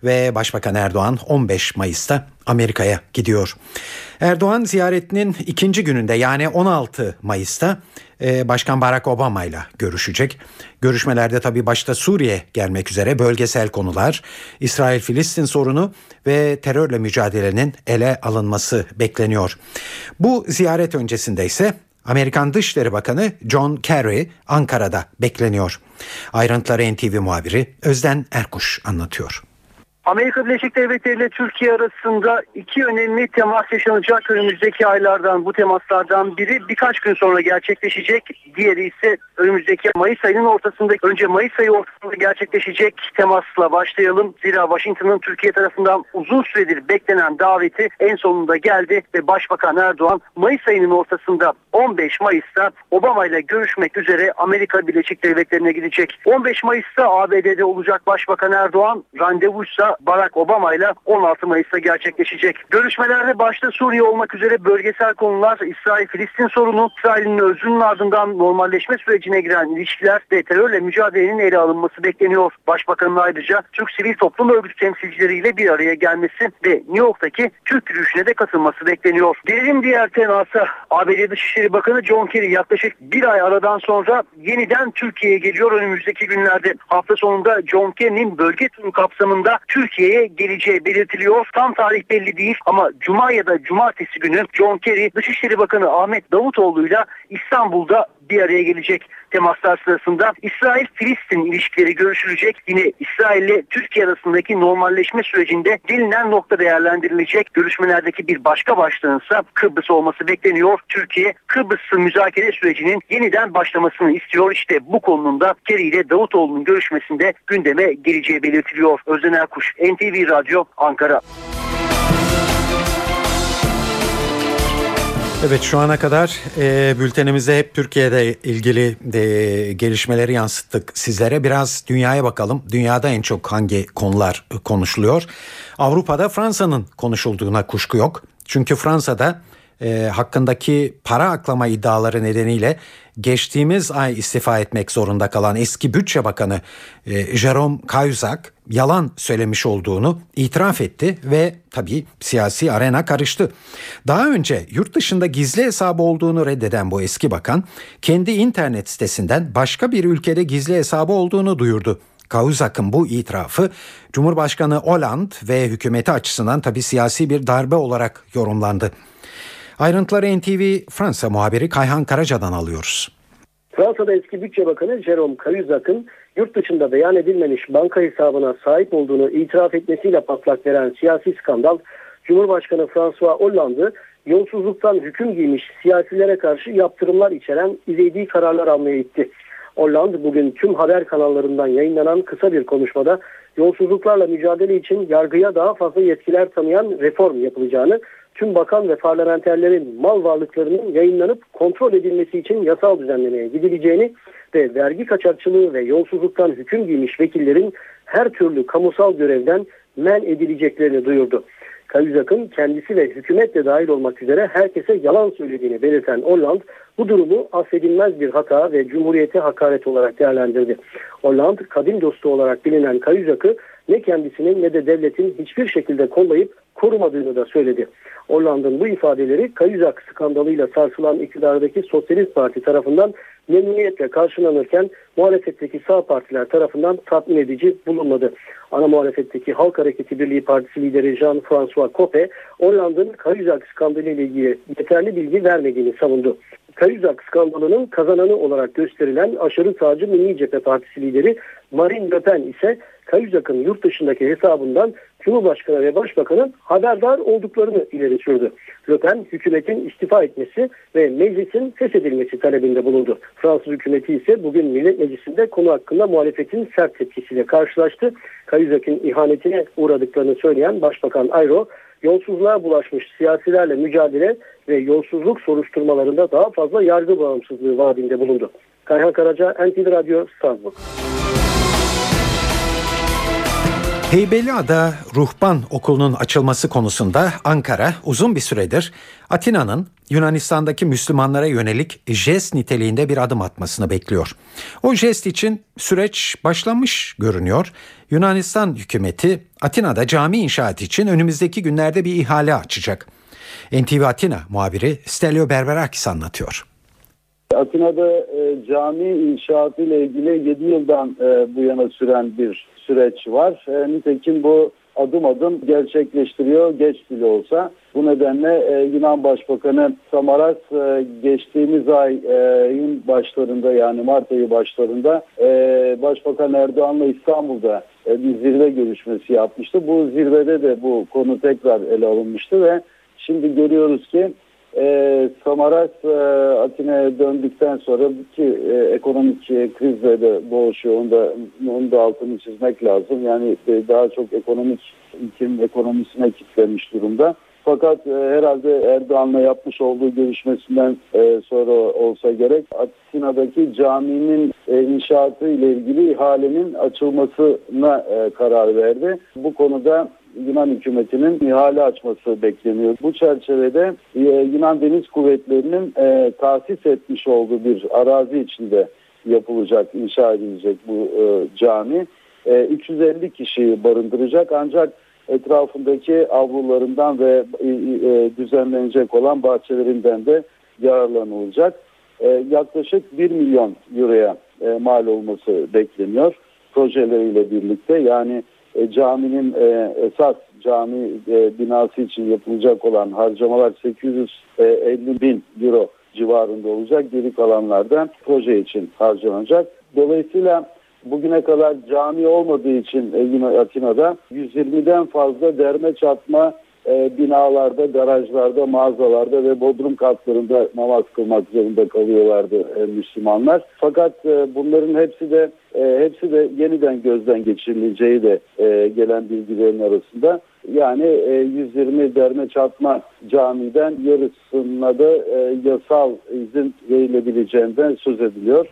ve Başbakan Erdoğan on beş Mayıs'ta Amerika'ya gidiyor. Erdoğan ziyaretinin ikinci gününde yani on altı Mayıs'ta Başkan Barack Obama ile görüşecek. Görüşmelerde tabii başta Suriye gelmek üzere bölgesel konular, İsrail-Filistin sorunu ve terörle mücadelenin ele alınması bekleniyor. Bu ziyaret öncesinde ise Amerikan Dışişleri Bakanı John Kerry Ankara'da bekleniyor. Ayrıntıları N T V muhabiri Özden Erkuş anlatıyor. Amerika Birleşik Devletleri ile Türkiye arasında iki önemli temas yaşanacak önümüzdeki aylardan. Bu temaslardan biri birkaç gün sonra gerçekleşecek. Diğeri ise önümüzdeki Mayıs ayının ortasında, önce Mayıs ayı ortasında gerçekleşecek temasla başlayalım. Zira Washington'ın Türkiye tarafından uzun süredir beklenen daveti en sonunda geldi ve Başbakan Erdoğan Mayıs ayının ortasında on beş Mayıs'ta Obama ile görüşmek üzere Amerika Birleşik Devletleri'ne gidecek. on beş Mayıs'ta A B D'de olacak Başbakan Erdoğan, randevuysa Barack Obama ile on altı Mayıs'ta gerçekleşecek. Görüşmelerde başta Suriye olmak üzere bölgesel konular, İsrail-Filistin sorunu, İsrail'in özrünün ardından normalleşme sürecine giren ilişkiler ve terörle mücadelenin ele alınması bekleniyor. Başbakanın ayrıca Türk sivil toplum örgütü temsilcileriyle bir araya gelmesi ve New York'taki Türk yürüyüşüne de katılması bekleniyor. Gelelim diğer temasa. A B D Dışişleri Bakanı John Kerry yaklaşık bir ay aradan sonra yeniden Türkiye'ye geliyor önümüzdeki günlerde. Hafta sonunda John Kerry'nin bölge turu kapsamında Türkiye'ye geleceği belirtiliyor. Tam tarih belli değil ama Cuma ya da Cumartesi günü John Kerry Dışişleri Bakanı Ahmet Davutoğlu'yla İstanbul'da bir araya gelecek. Temaslar sırasında İsrail-Filistin ilişkileri görüşülecek. Yine İsrail ile Türkiye arasındaki normalleşme sürecinde gelinen nokta değerlendirilecek. Görüşmelerdeki bir başka başlığınsa Kıbrıs olması bekleniyor. Türkiye Kıbrıs'ın müzakere sürecinin yeniden başlamasını istiyor. İşte bu konunun da Kerry ile Davutoğlu'nun görüşmesinde gündeme geleceği belirtiliyor. Özden Erkuş, N T V Radyo, Ankara. Evet, şu ana kadar e, bültenimizde hep Türkiye'de ilgili de, gelişmeleri yansıttık sizlere. Biraz dünyaya bakalım. Dünyada en çok hangi konular konuşuluyor? Avrupa'da Fransa'nın konuşulduğuna kuşku yok. Çünkü Fransa'da e, hakkındaki para aklama iddiaları nedeniyle geçtiğimiz ay istifa etmek zorunda kalan eski Bütçe Bakanı e, Jérôme Cahuzac yalan söylemiş olduğunu itiraf etti ve tabii siyasi arena karıştı. Daha önce yurt dışında gizli hesabı olduğunu reddeden bu eski bakan kendi internet sitesinden başka bir ülkede gizli hesabı olduğunu duyurdu. Cahuzac'ın bu itirafı Cumhurbaşkanı Hollande ve hükümeti açısından tabii siyasi bir darbe olarak yorumlandı. Ayrıntıları N T V Fransa muhabiri Kayhan Karaca'dan alıyoruz. Fransa'da eski Bütçe Bakanı Jérôme Cahuzac'ın yurt dışında beyan edilmemiş banka hesabına sahip olduğunu itiraf etmesiyle patlak veren siyasi skandal, Cumhurbaşkanı François Hollande'ı yolsuzluktan hüküm giymiş siyasilere karşı yaptırımlar içeren ivedi kararlar almaya itti. Hollande bugün tüm haber kanallarından yayınlanan kısa bir konuşmada yolsuzluklarla mücadele için yargıya daha fazla yetkiler tanıyan reform yapılacağını, tüm bakan ve parlamenterlerin mal varlıklarının yayınlanıp kontrol edilmesi için yasal düzenlemeye gidileceğini ve vergi kaçakçılığı ve yolsuzluktan hüküm giymiş vekillerin her türlü kamusal görevden men edileceklerini duyurdu. Cahuzac'ın kendisi ve hükümetle dahil olmak üzere herkese yalan söylediğini belirten Hollande bu durumu affedilmez bir hata ve Cumhuriyete hakaret olarak değerlendirdi. Hollande, kadim dostu olarak bilinen Cahuzac'ı ne kendisinin ne de devletin hiçbir şekilde kollayıp korumadığını da söyledi. Hollande'ın bu ifadeleri Cahuzac skandalıyla sarsılan iktidardaki Sosyalist Parti tarafından memnuniyetle karşılanırken muhalefetteki sağ partiler tarafından tatmin edici bulunmadı. Ana muhalefetteki Halk Hareketi Birliği Partisi lideri Jean-François Copé, Hollande'ın Cahuzac skandalı ile ilgili yeterli bilgi vermediğini savundu. Cahuzac skandalının kazananı olarak gösterilen aşırı sağcı Milli Cephe Partisi lideri Marine Le Pen ise Cahuzac'ın yurt dışındaki hesabından Cumhurbaşkanı ve Başbakanın haberdar olduklarını ileri sürdü. Le Pen hükümetin istifa etmesi ve meclisin feshedilmesi talebinde bulundu. Fransız hükümeti ise bugün Millet Meclisi'nde konu hakkında muhalefetin sert tepkisiyle karşılaştı. Cahuzac'ın ihanetine uğradıklarını söyleyen Başbakan Ayrault, yolsuzluğa bulaşmış siyasilerle mücadele ve yolsuzluk soruşturmalarında daha fazla yargı bağımsızlığı vaadinde bulundu. Kayhan Karaca, N T V Radyo, Strasbourg. Heybeliada Ruhban Okulu'nun açılması konusunda Ankara uzun bir süredir Atina'nın Yunanistan'daki Müslümanlara yönelik jest niteliğinde bir adım atmasını bekliyor. O jest için süreç başlamış görünüyor. Yunanistan hükümeti Atina'da cami inşaatı için önümüzdeki günlerde bir ihale açacak. N T V Atina muhabiri Stelio Berberakis anlatıyor. Atina'da e, cami inşaatı ile ilgili yedi yıldan e, bu yana süren bir süreç var. E, nitekim bu adım adım gerçekleştiriyor, geç bile olsa. Bu nedenle e, Yunan Başbakanı Samaras e, geçtiğimiz ayın başlarında, yani Mart ayı başlarında e, Başbakan Erdoğan'la İstanbul'da e, bir zirve görüşmesi yapmıştı. Bu zirvede de bu konu tekrar ele alınmıştı ve şimdi görüyoruz ki E, Samaras e, Atina'ya döndükten sonra ki e, ekonomik e, krizle de boğuşuyor. Onu da, onu da altını çizmek lazım. Yani e, daha çok ekonomik ülkenin ekonomisine kilitlenmiş durumda. Fakat e, herhalde Erdoğan'la yapmış olduğu görüşmesinden e, sonra olsa gerek Atina'daki caminin e, inşaatı ile ilgili ihalenin açılmasına e, karar verdi. Bu konuda Yunan hükümetinin ihale açması bekleniyor. Bu çerçevede e, Yunan Deniz Kuvvetleri'nin e, tahsis etmiş olduğu bir arazi içinde yapılacak, inşa edilecek bu e, cami. E, üç yüz elli kişiyi barındıracak, ancak etrafındaki avlularından ve e, e, düzenlenecek olan bahçelerinden de yararlanılacak. E, yaklaşık bir milyon euroya e, mal olması bekleniyor projeleriyle birlikte. Yani E, caminin e, esas cami e, binası için yapılacak olan harcamalar sekiz yüz elli bin euro civarında olacak. Geri kalanlardan proje için harcanacak. Dolayısıyla bugüne kadar cami olmadığı için e, yine Atina'da yüz yirmiden fazla derme çatma e, binalarda, garajlarda, mağazalarda ve bodrum katlarında namaz kılmak zorunda kalıyorlardı e, Müslümanlar. Fakat e, bunların hepsi de e, hepsi de yeniden gözden geçirileceği de e, gelen bilgilerin arasında. Yani e, yüz yirmi derme çatma camiden yarısına da e, yasal izin verilebileceğinden söz ediliyor.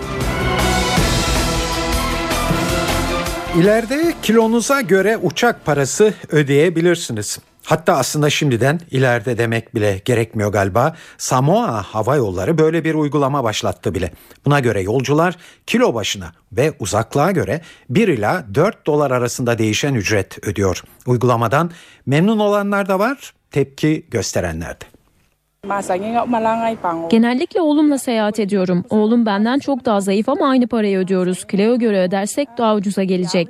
İleride kilonuza göre uçak parası ödeyebilirsiniz. Hatta aslında şimdiden ileride demek bile gerekmiyor galiba. Samoa Hava Yolları böyle bir uygulama başlattı bile. Buna göre yolcular kilo başına ve uzaklığa göre bir ila dört dolar arasında değişen ücret ödüyor. Uygulamadan memnun olanlar da var, tepki gösterenler de. Genellikle oğlumla seyahat ediyorum. Oğlum benden çok daha zayıf ama aynı parayı ödüyoruz. Kiloya göre ödersek daha ucuza gelecek.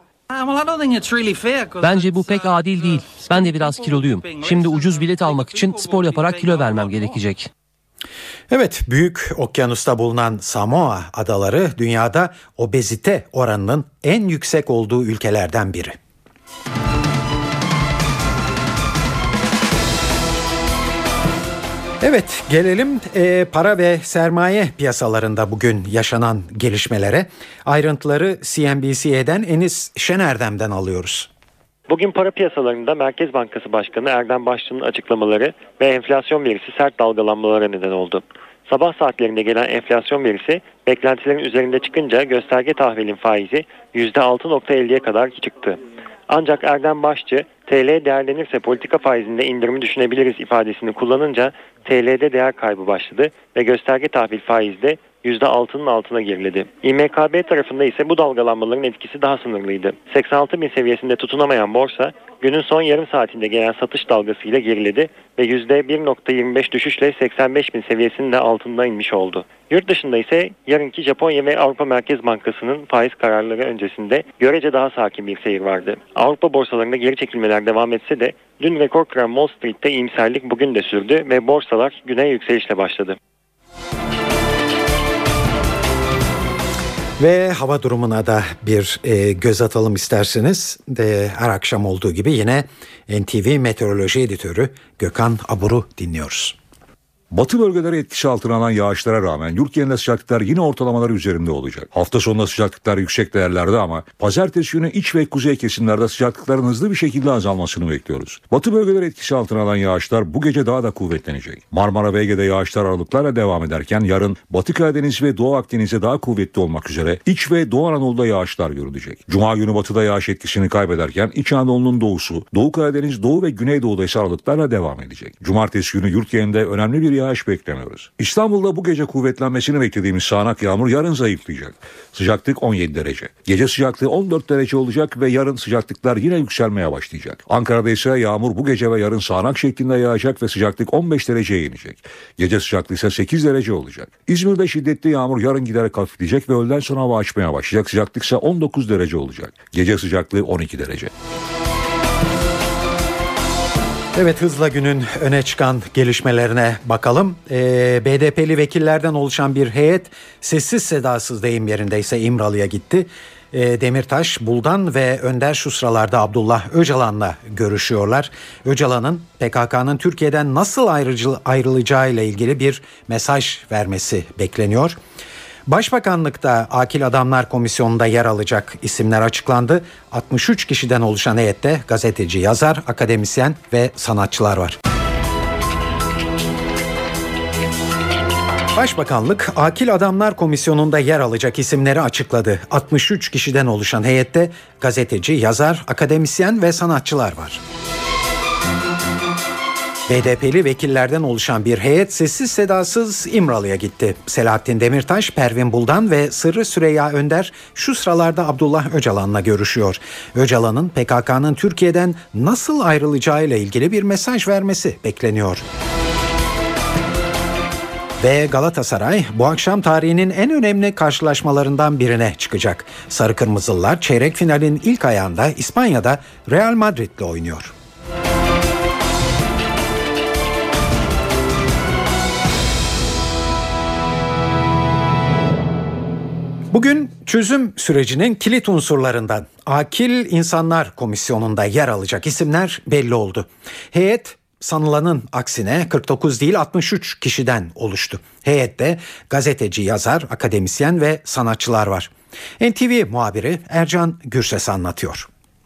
Bence bu pek adil değil. Ben de biraz kiloluyum. Şimdi ucuz bilet almak için spor yaparak kilo vermem gerekecek. Evet, büyük okyanusta bulunan Samoa adaları dünyada obezite oranının en yüksek olduğu ülkelerden biri. Evet, gelelim e, para ve sermaye piyasalarında bugün yaşanan gelişmelere. Ayrıntıları C N B C'den Enis Şenerdem'den alıyoruz. Bugün para piyasalarında Merkez Bankası Başkanı Erdem Başçı'nın açıklamaları ve enflasyon verisi sert dalgalanmalara neden oldu. Sabah saatlerinde gelen enflasyon verisi beklentilerin üzerinde çıkınca gösterge tahvilin faizi yüzde altı virgül elliye kadar çıktı. Ancak Erdem Başçı, T L değerlenirse politika faizinde indirimi düşünebiliriz ifadesini kullanınca T L'de değer kaybı başladı ve gösterge tahvil faizde yüzde altının altına geriledi. İ M K B tarafında ise bu dalgalanmaların etkisi daha sınırlıydı. seksen altı bin seviyesinde tutunamayan borsa günün son yarım saatinde gelen satış dalgasıyla geriledi ve yüzde bir virgül yirmi beş düşüşle seksen beş bin seviyesinin de altında inmiş oldu. Yurt dışında ise yarınki Japonya ve Avrupa Merkez Bankası'nın faiz kararları öncesinde görece daha sakin bir seyir vardı. Avrupa borsalarında geri çekilmeler devam etse de dün rekor kıran Wall Street'te iyimserlik bugün de sürdü ve borsalar güne yükselişle başladı. Ve hava durumuna da bir e, göz atalım isterseniz. De, her akşam olduğu gibi yine N T V Meteoroloji Editörü Gökhan Abur'u dinliyoruz. Batı bölgeleri etkisi altına alan yağışlara rağmen yurt genelinde sıcaklıklar yine ortalamaları üzerinde olacak. Hafta sonunda sıcaklıklar yüksek değerlerde ama pazartesi günü iç ve kuzey kesimlerde sıcaklıkların hızlı bir şekilde azalmasını bekliyoruz. Batı bölgeleri etkisi altına alan yağışlar bu gece daha da kuvvetlenecek. Marmara ve Ege'de yağışlar aralıklarla devam ederken yarın Batı Karadeniz ve Doğu Akdeniz'de daha kuvvetli olmak üzere İç ve Doğu Anadolu'da yağışlar görülecek. Cuma günü batıda yağış etkisini kaybederken İç Anadolu'nun doğusu, Doğu Karadeniz, Doğu ve Güneydoğu'da ise aralıklarla devam edecek. Cumartesi günü yurt genelinde önemli bir yağış beklemiyoruz. İstanbul'da bu gece kuvvetlenmesini beklediğimiz sağanak yağmur yarın zayıflayacak. Sıcaklık on yedi derece. Gece sıcaklığı on dört derece olacak ve yarın sıcaklıklar yine yükselmeye başlayacak. Ankara'da ise yağmur bu gece ve yarın sağanak şeklinde yağacak ve sıcaklık on beş dereceye inecek. Gece sıcaklığı ise sekiz derece olacak. İzmir'de şiddetli yağmur yarın giderek hafifleyecek ve öğleden sonra hava açmaya başlayacak. Sıcaklık ise on dokuz derece olacak. Gece sıcaklığı on iki derece. Evet, hızla günün öne çıkan gelişmelerine bakalım. Ee, B D P'li vekillerden oluşan bir heyet sessiz sedasız deyim yerindeyse İmralı'ya gitti. Ee, Demirtaş, Buldan ve Önder şu sıralarda Abdullah Öcalan'la görüşüyorlar. Öcalan'ın P K K'nın Türkiye'den nasıl ayrılacağı ile ilgili bir mesaj vermesi bekleniyor. Başbakanlıkta Akil Adamlar Komisyonu'nda yer alacak isimler açıklandı. altmış üç kişiden oluşan heyette gazeteci, yazar, akademisyen ve sanatçılar var. Başbakanlık Akil Adamlar Komisyonu'nda yer alacak isimleri açıkladı. altmış üç kişiden oluşan heyette gazeteci, yazar, akademisyen ve sanatçılar var. B D P'li vekillerden oluşan bir heyet sessiz sedasız İmralı'ya gitti. Selahattin Demirtaş, Pervin Buldan ve Sırrı Süreyya Önder şu sıralarda Abdullah Öcalan'la görüşüyor. Öcalan'ın P K K'nın Türkiye'den nasıl ayrılacağı ile ilgili bir mesaj vermesi bekleniyor. Ve Galatasaray bu akşam tarihinin en önemli karşılaşmalarından birine çıkacak. Sarı Kırmızılılar çeyrek finalin ilk ayağında İspanya'da Real Madrid'le oynuyor. Bugün çözüm sürecinin kilit unsurlarından Akil İnsanlar Komisyonu'nda yer alacak isimler belli oldu. Heyet sanılanın aksine kırk dokuz değil altmış üç kişiden oluştu. Heyette gazeteci, yazar, akademisyen ve sanatçılar var. N T V muhabiri Ercan Gürses anlatıyor.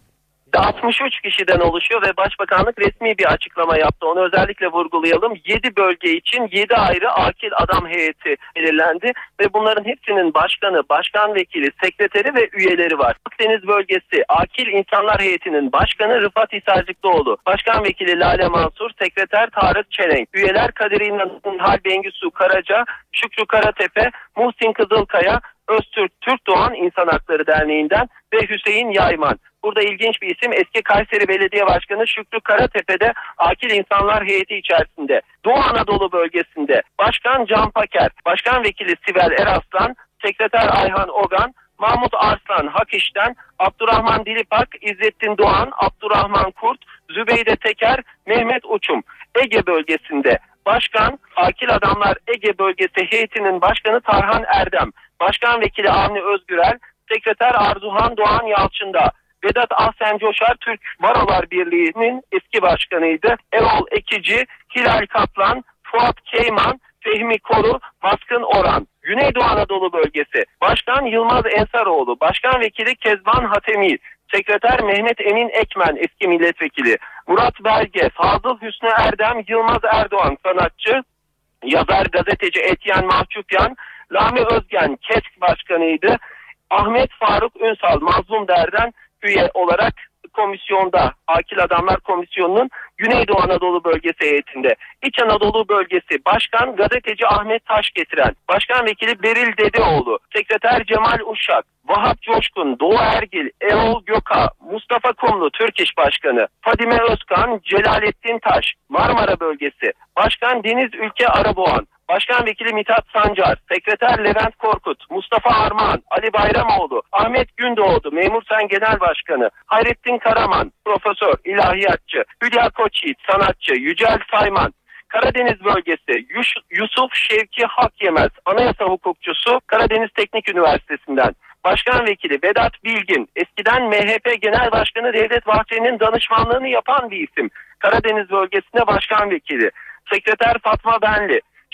altmış üç kişiden oluşuyor ve Başbakanlık resmi bir açıklama yaptı. Onu özellikle vurgulayalım. yedi bölge için yedi ayrı akil adam heyeti belirlendi ve bunların hepsinin başkanı, başkan vekili, sekreteri ve üyeleri var. Akdeniz bölgesi Akil İnsanlar Heyeti'nin başkanı Rıfat Hisarcıklıoğlu, başkan vekili Lale Mansur, sekreter Tarık Çelenk, üyeler Kadir İnan'ın Hal Bengüsü Karaca, Şükrü Karatepe, Muhsin Kızılkaya, Öztürk Türk Doğan İnsan Hakları Derneği'nden ve Hüseyin Yayman. Burada ilginç bir isim, eski Kayseri Belediye Başkanı Şükrü Karatepe'de Akil İnsanlar Heyeti içerisinde. Doğu Anadolu bölgesinde Başkan Can Paker, Başkan Vekili Sibel Eraslan, Sekreter Ayhan Ogan, Mahmut Arslan Hakiş'ten, Abdurrahman Dilipak, İzzettin Doğan, Abdurrahman Kurt, Zübeyde Teker, Mehmet Uçum. Ege bölgesinde Başkan Akil Adamlar Ege Bölgesi Heyeti'nin başkanı Tarhan Erdem, Başkan Vekili Avni Özgürel, Sekreter Arzuhan Doğan Yalçın'da. Vedat Ahsen Coşar Türk Varolar Birliği'nin eski başkanıydı. Erol Ekici, Hilal Kaplan, Fuat Keyman, Fehmi Koru, Baskın Orhan. Güneydoğu Anadolu Bölgesi Başkan Yılmaz Ensaroğlu, Başkan Vekili Kezban Hatemi, Sekreter Mehmet Emin Ekmen eski milletvekili, Murat Belge, Fazıl Hüsnü Erdem, Yılmaz Erdoğan sanatçı, yazar gazeteci Etyen Mahçupyan, Lami Özgen KESK Başkanıydı. Ahmet Faruk Ünsal Mazlum Der'den üye olarak komisyonda, Akil Adamlar Komisyonu'nun Güneydoğu Anadolu Bölgesi heyetinde. İç Anadolu Bölgesi Başkan Gazeteci Ahmet Taşgetiren, Başkan Vekili Beril Dedeoğlu, Sekreter Cemal Uşak, Vahap Coşkun, Doğu Ergil, Erol Göka, Mustafa Kumlu Türk İş Başkanı, Fadime Özkan, Celalettin Taş, Marmara Bölgesi Başkan Deniz Ülke Araboğan, Başkan Vekili Mithat Sancar, Sekreter Levent Korkut, Mustafa Armağan, Ali Bayramoğlu, Ahmet Gündoğdu, Memur Sen Genel Başkanı, Hayrettin Karaman, Profesör, ilahiyatçı, Hülya Koçyiğit, sanatçı, Yücel Sayman, Karadeniz Bölgesi Yus- Yusuf Şevki Hakyemez, anayasa hukukçusu, Karadeniz Teknik Üniversitesi'nden. Başkan Vekili Vedat Bilgin, eskiden M H P Genel Başkanı Devlet Bahçeli'nin danışmanlığını yapan bir isim. Karadeniz Bölgesi'ne Başkan Vekili. Sekreter Fatma Benli,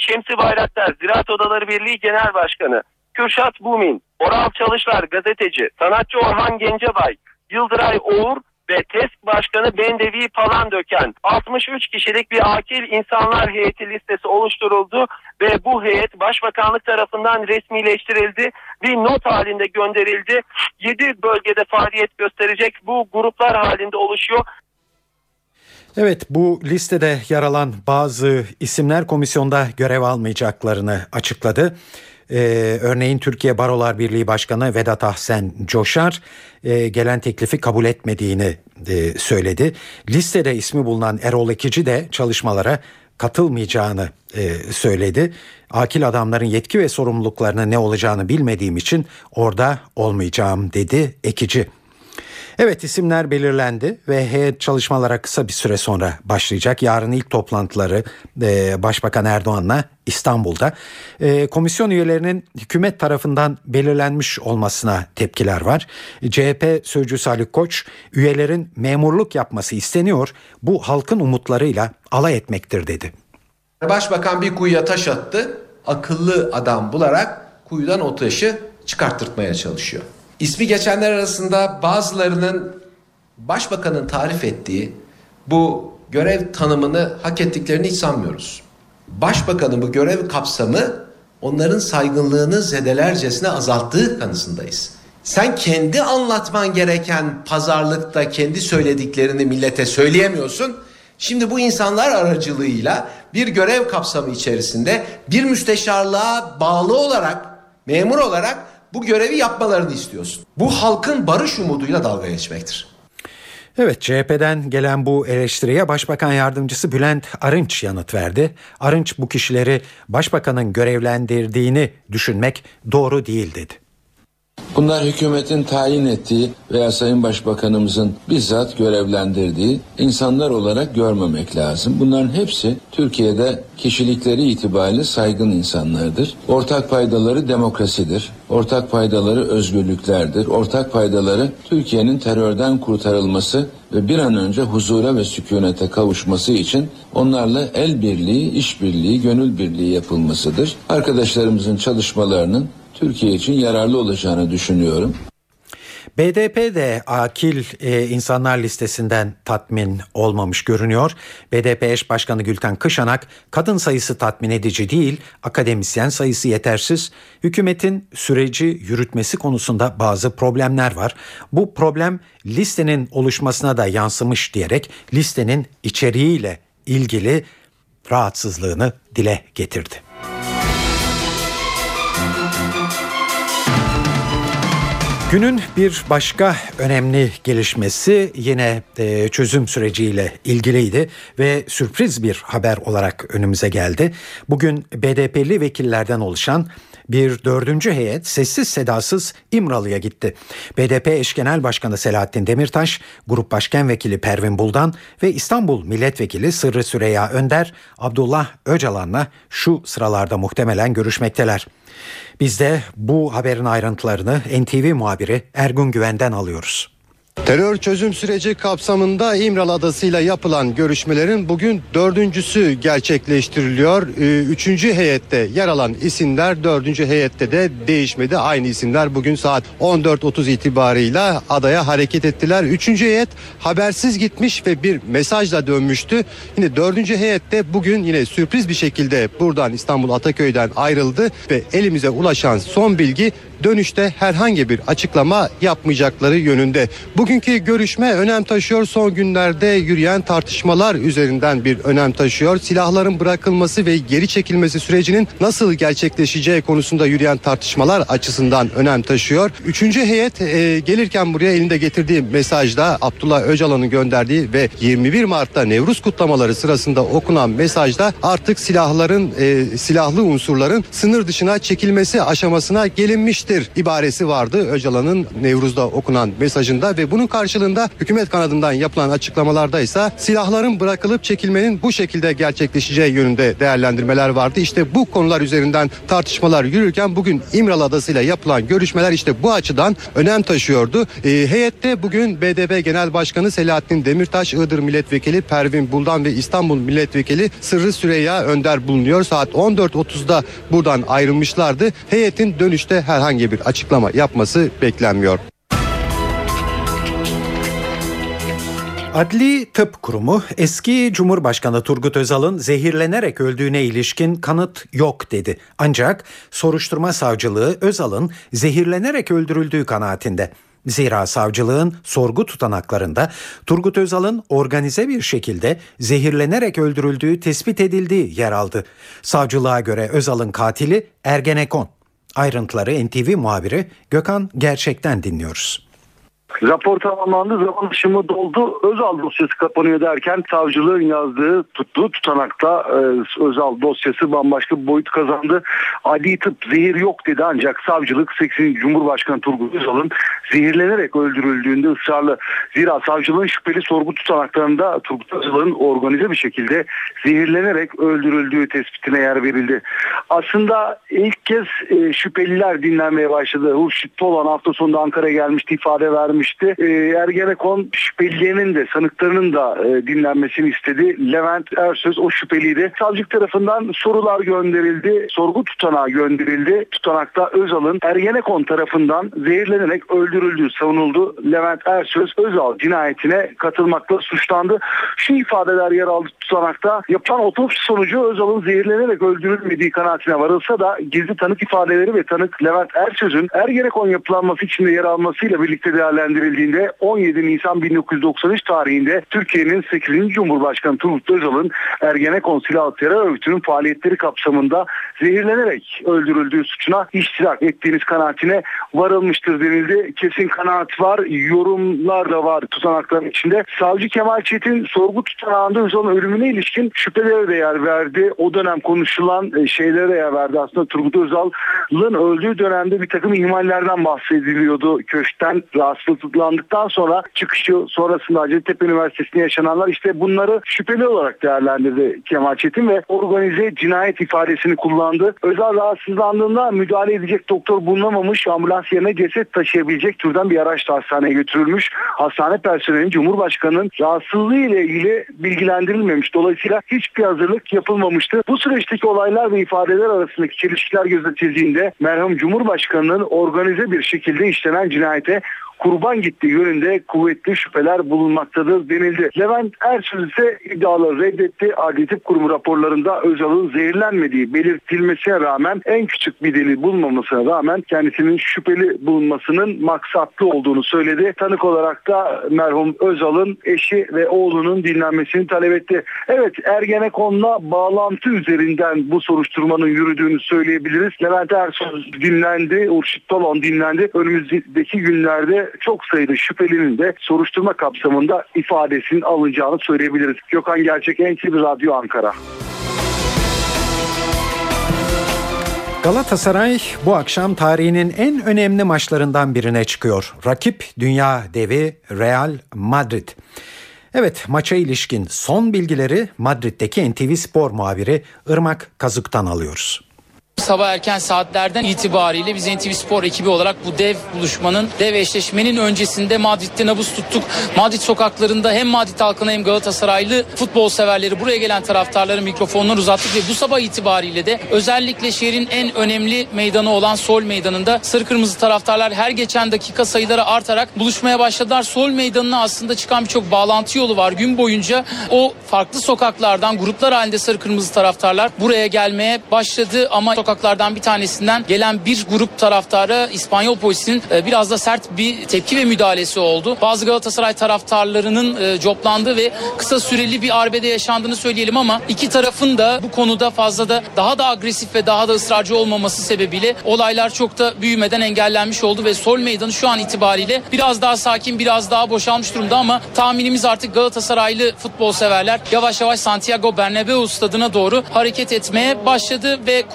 Şemsi Bayraktar, Ziraat Odaları Birliği Genel Başkanı, Kürşat Bumin, Oral Çalışlar gazeteci, sanatçı Orhan Gencebay, Yıldıray Oğur ve TESK Başkanı Bendevi Palandöken, altmış üç kişilik bir akil insanlar heyeti listesi oluşturuldu ve bu heyet Başbakanlık tarafından resmileştirildi. Bir not halinde gönderildi. yedi bölgede faaliyet gösterecek bu gruplar halinde oluşuyor. Evet, bu listede yer alan bazı isimler komisyonda görev almayacaklarını açıkladı. Ee, örneğin Türkiye Barolar Birliği Başkanı Vedat Ahsen Coşar e, gelen teklifi kabul etmediğini e, söyledi. Listede ismi bulunan Erol Ekici de çalışmalara katılmayacağını e, söyledi. Akil adamların yetki ve sorumluluklarının ne olacağını bilmediğim için orada olmayacağım dedi Ekici. Evet, isimler belirlendi ve heyet çalışmalara kısa bir süre sonra başlayacak. Yarın ilk toplantıları e, Başbakan Erdoğan'la İstanbul'da. E, komisyon üyelerinin hükümet tarafından belirlenmiş olmasına tepkiler var. C H P sözcüsü Haluk Koç, üyelerin memurluk yapması isteniyor, bu halkın umutlarıyla alay etmektir dedi. Başbakan bir kuyuya taş attı, akıllı adam bularak kuyudan o taşı çıkarttırtmaya çalışıyor. İsmi geçenler arasında bazılarının başbakanın tarif ettiği bu görev tanımını hak ettiklerini hiç sanmıyoruz. Başbakanın bu görev kapsamı onların saygınlığını zedelercesine azalttığı kanısındayız. Sen kendi anlatman gereken pazarlıkta kendi söylediklerini millete söyleyemiyorsun. Şimdi bu insanlar aracılığıyla bir görev kapsamı içerisinde bir müsteşarlığa bağlı olarak, memur olarak bu görevi yapmalarını istiyorsun. Bu halkın barış umuduyla dalga geçmektir. Evet, C H P'den gelen bu eleştiriye Başbakan Yardımcısı Bülent Arınç yanıt verdi. Arınç, bu kişileri Başbakanın görevlendirdiğini düşünmek doğru değil dedi. Bunlar hükümetin tayin ettiği veya Sayın Başbakanımızın bizzat görevlendirdiği insanlar olarak görmemek lazım. Bunların hepsi Türkiye'de kişilikleri itibariyle saygın insanlardır. Ortak paydaları demokrasidir. Ortak paydaları özgürlüklerdir. Ortak paydaları Türkiye'nin terörden kurtarılması ve bir an önce huzura ve sükunete kavuşması için onlarla el birliği, işbirliği, gönül birliği yapılmasıdır. Arkadaşlarımızın çalışmalarının Türkiye için yararlı olacağını düşünüyorum. B D P de akil e, insanlar listesinden tatmin olmamış görünüyor. B D P eş başkanı Gülten Kışanak, kadın sayısı tatmin edici değil, akademisyen sayısı yetersiz. Hükümetin süreci yürütmesi konusunda bazı problemler var. Bu problem listenin oluşmasına da yansımış diyerek listenin içeriğiyle ilgili rahatsızlığını dile getirdi. Günün bir başka önemli gelişmesi yine e, çözüm süreciyle ilgiliydi ve sürpriz bir haber olarak önümüze geldi. Bugün B D P'li vekillerden oluşan bir dördüncü heyet sessiz sedasız İmralı'ya gitti. B D P eş genel başkanı Selahattin Demirtaş, Grup Başkan Vekili Pervin Buldan ve İstanbul Milletvekili Sırrı Süreyya Önder, Abdullah Öcalan'la şu sıralarda muhtemelen görüşmekteler. Biz de bu haberin ayrıntılarını N T V muhabiri Ergun Güven'den alıyoruz. Terör çözüm süreci kapsamında İmralı Adası'yla yapılan görüşmelerin bugün dördüncüsü gerçekleştiriliyor. Üçüncü heyette yer alan isimler dördüncü heyette de değişmedi. Aynı isimler bugün saat on dört otuz itibarıyla adaya hareket ettiler. Üçüncü heyet habersiz gitmiş ve bir mesajla dönmüştü. Yine dördüncü heyette bugün yine sürpriz bir şekilde buradan İstanbul Ataköy'den ayrıldı ve elimize ulaşan son bilgi dönüşte herhangi bir açıklama yapmayacakları yönünde. Bugünkü görüşme önem taşıyor. Son günlerde yürüyen tartışmalar üzerinden bir önem taşıyor. Silahların bırakılması ve geri çekilmesi sürecinin nasıl gerçekleşeceği konusunda yürüyen tartışmalar açısından önem taşıyor. Üçüncü heyet e, gelirken buraya elinde getirdiği mesajda Abdullah Öcalan'ın gönderdiği ve yirmi bir Mart'ta Nevruz kutlamaları sırasında okunan mesajda artık silahların, e, silahlı unsurların sınır dışına çekilmesi aşamasına gelinmişti. bitmiştir ibaresi vardı Öcalan'ın Nevruz'da okunan mesajında ve bunun karşılığında hükümet kanadından yapılan açıklamalarda ise silahların bırakılıp çekilmenin bu şekilde gerçekleşeceği yönünde değerlendirmeler vardı. İşte bu konular üzerinden tartışmalar yürürken bugün İmralı Adası ile yapılan görüşmeler işte bu açıdan önem taşıyordu. E, heyette bugün B D P Genel Başkanı Selahattin Demirtaş, Iğdır Milletvekili Pervin Buldan ve İstanbul Milletvekili Sırrı Süreyya Önder bulunuyor. Saat on dört otuzda buradan ayrılmışlardı. Heyetin dönüşte herhangi bir açıklama yapması beklenmiyor. Adli Tıp Kurumu eski Cumhurbaşkanı Turgut Özal'ın zehirlenerek öldüğüne ilişkin kanıt yok dedi. Ancak soruşturma savcılığı Özal'ın zehirlenerek öldürüldüğü kanaatinde. Zira savcılığın sorgu tutanaklarında Turgut Özal'ın organize bir şekilde zehirlenerek öldürüldüğü tespit edildiği yer aldı. Savcılığa göre Özal'ın katili Ergenekon. Ayrıntıları N T V muhabiri Gökhan Gerçek'ten dinliyoruz. Rapor tamamlandı, zaman aşımı doldu. Özal dosyası kapanıyor derken savcılığın yazdığı, tuttuğu tutanakta e, Özal dosyası bambaşka bir boyut kazandı. Adli tıp zehir yok dedi ancak savcılık seksen Cumhurbaşkanı Turgut Özal'ın zehirlenerek öldürüldüğünde ısrarlı. Zira savcılığın şüpheli sorgu tutanaklarında Turgut Özal'ın organize bir şekilde zehirlenerek öldürüldüğü tespitine yer verildi. Aslında ilk kez e, şüpheliler dinlenmeye başladı. Hurşit Tolan hafta sonunda Ankara'ya gelmişti, ifade vermişti. Ergenekon şüphelilerinin de sanıklarının da e, dinlenmesini istedi. Levent Ersöz o şüpheliydi. Savcılık tarafından sorular gönderildi. Sorgu tutanağı gönderildi. Tutanakta Özal'ın Ergenekon tarafından zehirlenerek öldürüldüğü savunuldu. Levent Ersöz Özal cinayetine katılmakla suçlandı. Şu ifadeler yer aldı tutanakta. Yapılan otopsi sonucu Özal'ın zehirlenerek öldürülmediği kanaatine varılsa da gizli tanık ifadeleri ve tanık Levent Ersöz'ün Ergenekon yapılanması içinde yer almasıyla birlikte değerlendirildiğinde on yedi Nisan bin dokuz yüz doksan üç tarihinde Türkiye'nin sekizinci Cumhurbaşkanı Turgut Özal'ın Ergenekon silahlı terör örgütünün faaliyetleri kapsamında zehirlenerek öldürüldüğü suçuna iştirak ettiğiniz kanaatine varılmıştır denildi. Kesin kanaat var, yorumlar da var tutanakların içinde. Savcı Kemal Çetin sorgu tutanağında Özal'ın ölümüne ilişkin şüphelere de yer verdi. O dönem konuşulan şeylere de yer verdi. Aslında Turgut Özal'ın öldüğü dönemde bir takım ihmallerden bahsediliyordu. Köşkten rahatsızlandıktan sonra çıkışı sonrasında Hacettepe Üniversitesi'nde yaşananlar işte bunları şüpheli olarak değerlendirdi Kemal Çetin ve organize cinayet ifadesini kullandı. Özal rahatsızlandığında müdahale edecek doktor bulunamamış, ambulans yerine ceset taşıyabilecek türden bir araçla hastaneye götürülmüş. Hastane personelinin Cumhurbaşkanı'nın rahatsızlığı ile ilgili bilgilendirilmemiş. Dolayısıyla hiçbir hazırlık yapılmamıştı. Bu süreçteki olaylar ve ifadeler arasındaki çelişkiler gözetildiğinde merhum Cumhurbaşkanı'nın organize bir şekilde işlenen cinayete kurban gittiği yönünde kuvvetli şüpheler bulunmaktadır denildi. Levent Ersöz ise iddiaları reddetti. Adli Tıp Kurumu raporlarında Özal'ın zehirlenmediği belirtilmesine rağmen en küçük bir delil bulunmamasına rağmen kendisinin şüpheli bulunmasının maksatlı olduğunu söyledi. Tanık olarak da merhum Özal'ın eşi ve oğlunun dinlenmesini talep etti. Evet, Ergenekon'la bağlantı üzerinden bu soruşturmanın yürüdüğünü söyleyebiliriz. Levent Ersöz dinlendi, Hurşit Tolan dinlendi. Önümüzdeki günlerde çok sayıda şüphelinin de soruşturma kapsamında ifadesinin alınacağını söyleyebiliriz. Gökhan Gerçek, N T V Radyo Ankara. Galatasaray bu akşam tarihinin en önemli maçlarından birine çıkıyor. Rakip dünya devi Real Madrid. Evet, maça ilişkin son bilgileri Madrid'deki N T V Spor muhabiri Irmak Kazık'tan alıyoruz. Sabah erken saatlerden itibariyle biz N T V Spor ekibi olarak bu dev buluşmanın, dev eşleşmenin öncesinde Madrid'de nabız tuttuk. Madrid sokaklarında hem Madrid halkına hem Galatasaraylı futbol severleri, buraya gelen taraftarların mikrofonları uzattık ve bu sabah itibariyle de özellikle şehrin en önemli meydanı olan Sol Meydanı'nda sarı kırmızı taraftarlar her geçen dakika sayıları artarak buluşmaya başladılar. Sol Meydanı'na aslında çıkan birçok bağlantı yolu var. Gün boyunca o farklı sokaklardan gruplar halinde sarı kırmızı taraftarlar buraya gelmeye başladı ama sokaklardan bir tanesinden gelen bir grup taraftara İspanyol polisinin biraz da sert bir tepki ve müdahalesi oldu. Bazı Galatasaray taraftarlarının coplandığı ve kısa süreli bir arbede yaşandığını söyleyelim ama iki tarafın da bu konuda fazla da daha da agresif ve daha da ısrarcı olmaması sebebiyle olaylar çok da büyümeden engellenmiş oldu ve Sol Meydanı şu an itibariyle biraz daha sakin, biraz daha boşalmış durumda ama tahminimiz artık Galatasaraylı futbol severler yavaş yavaş Santiago Bernabéu stadına doğru hareket etmeye başladı ve konumuza gelelim.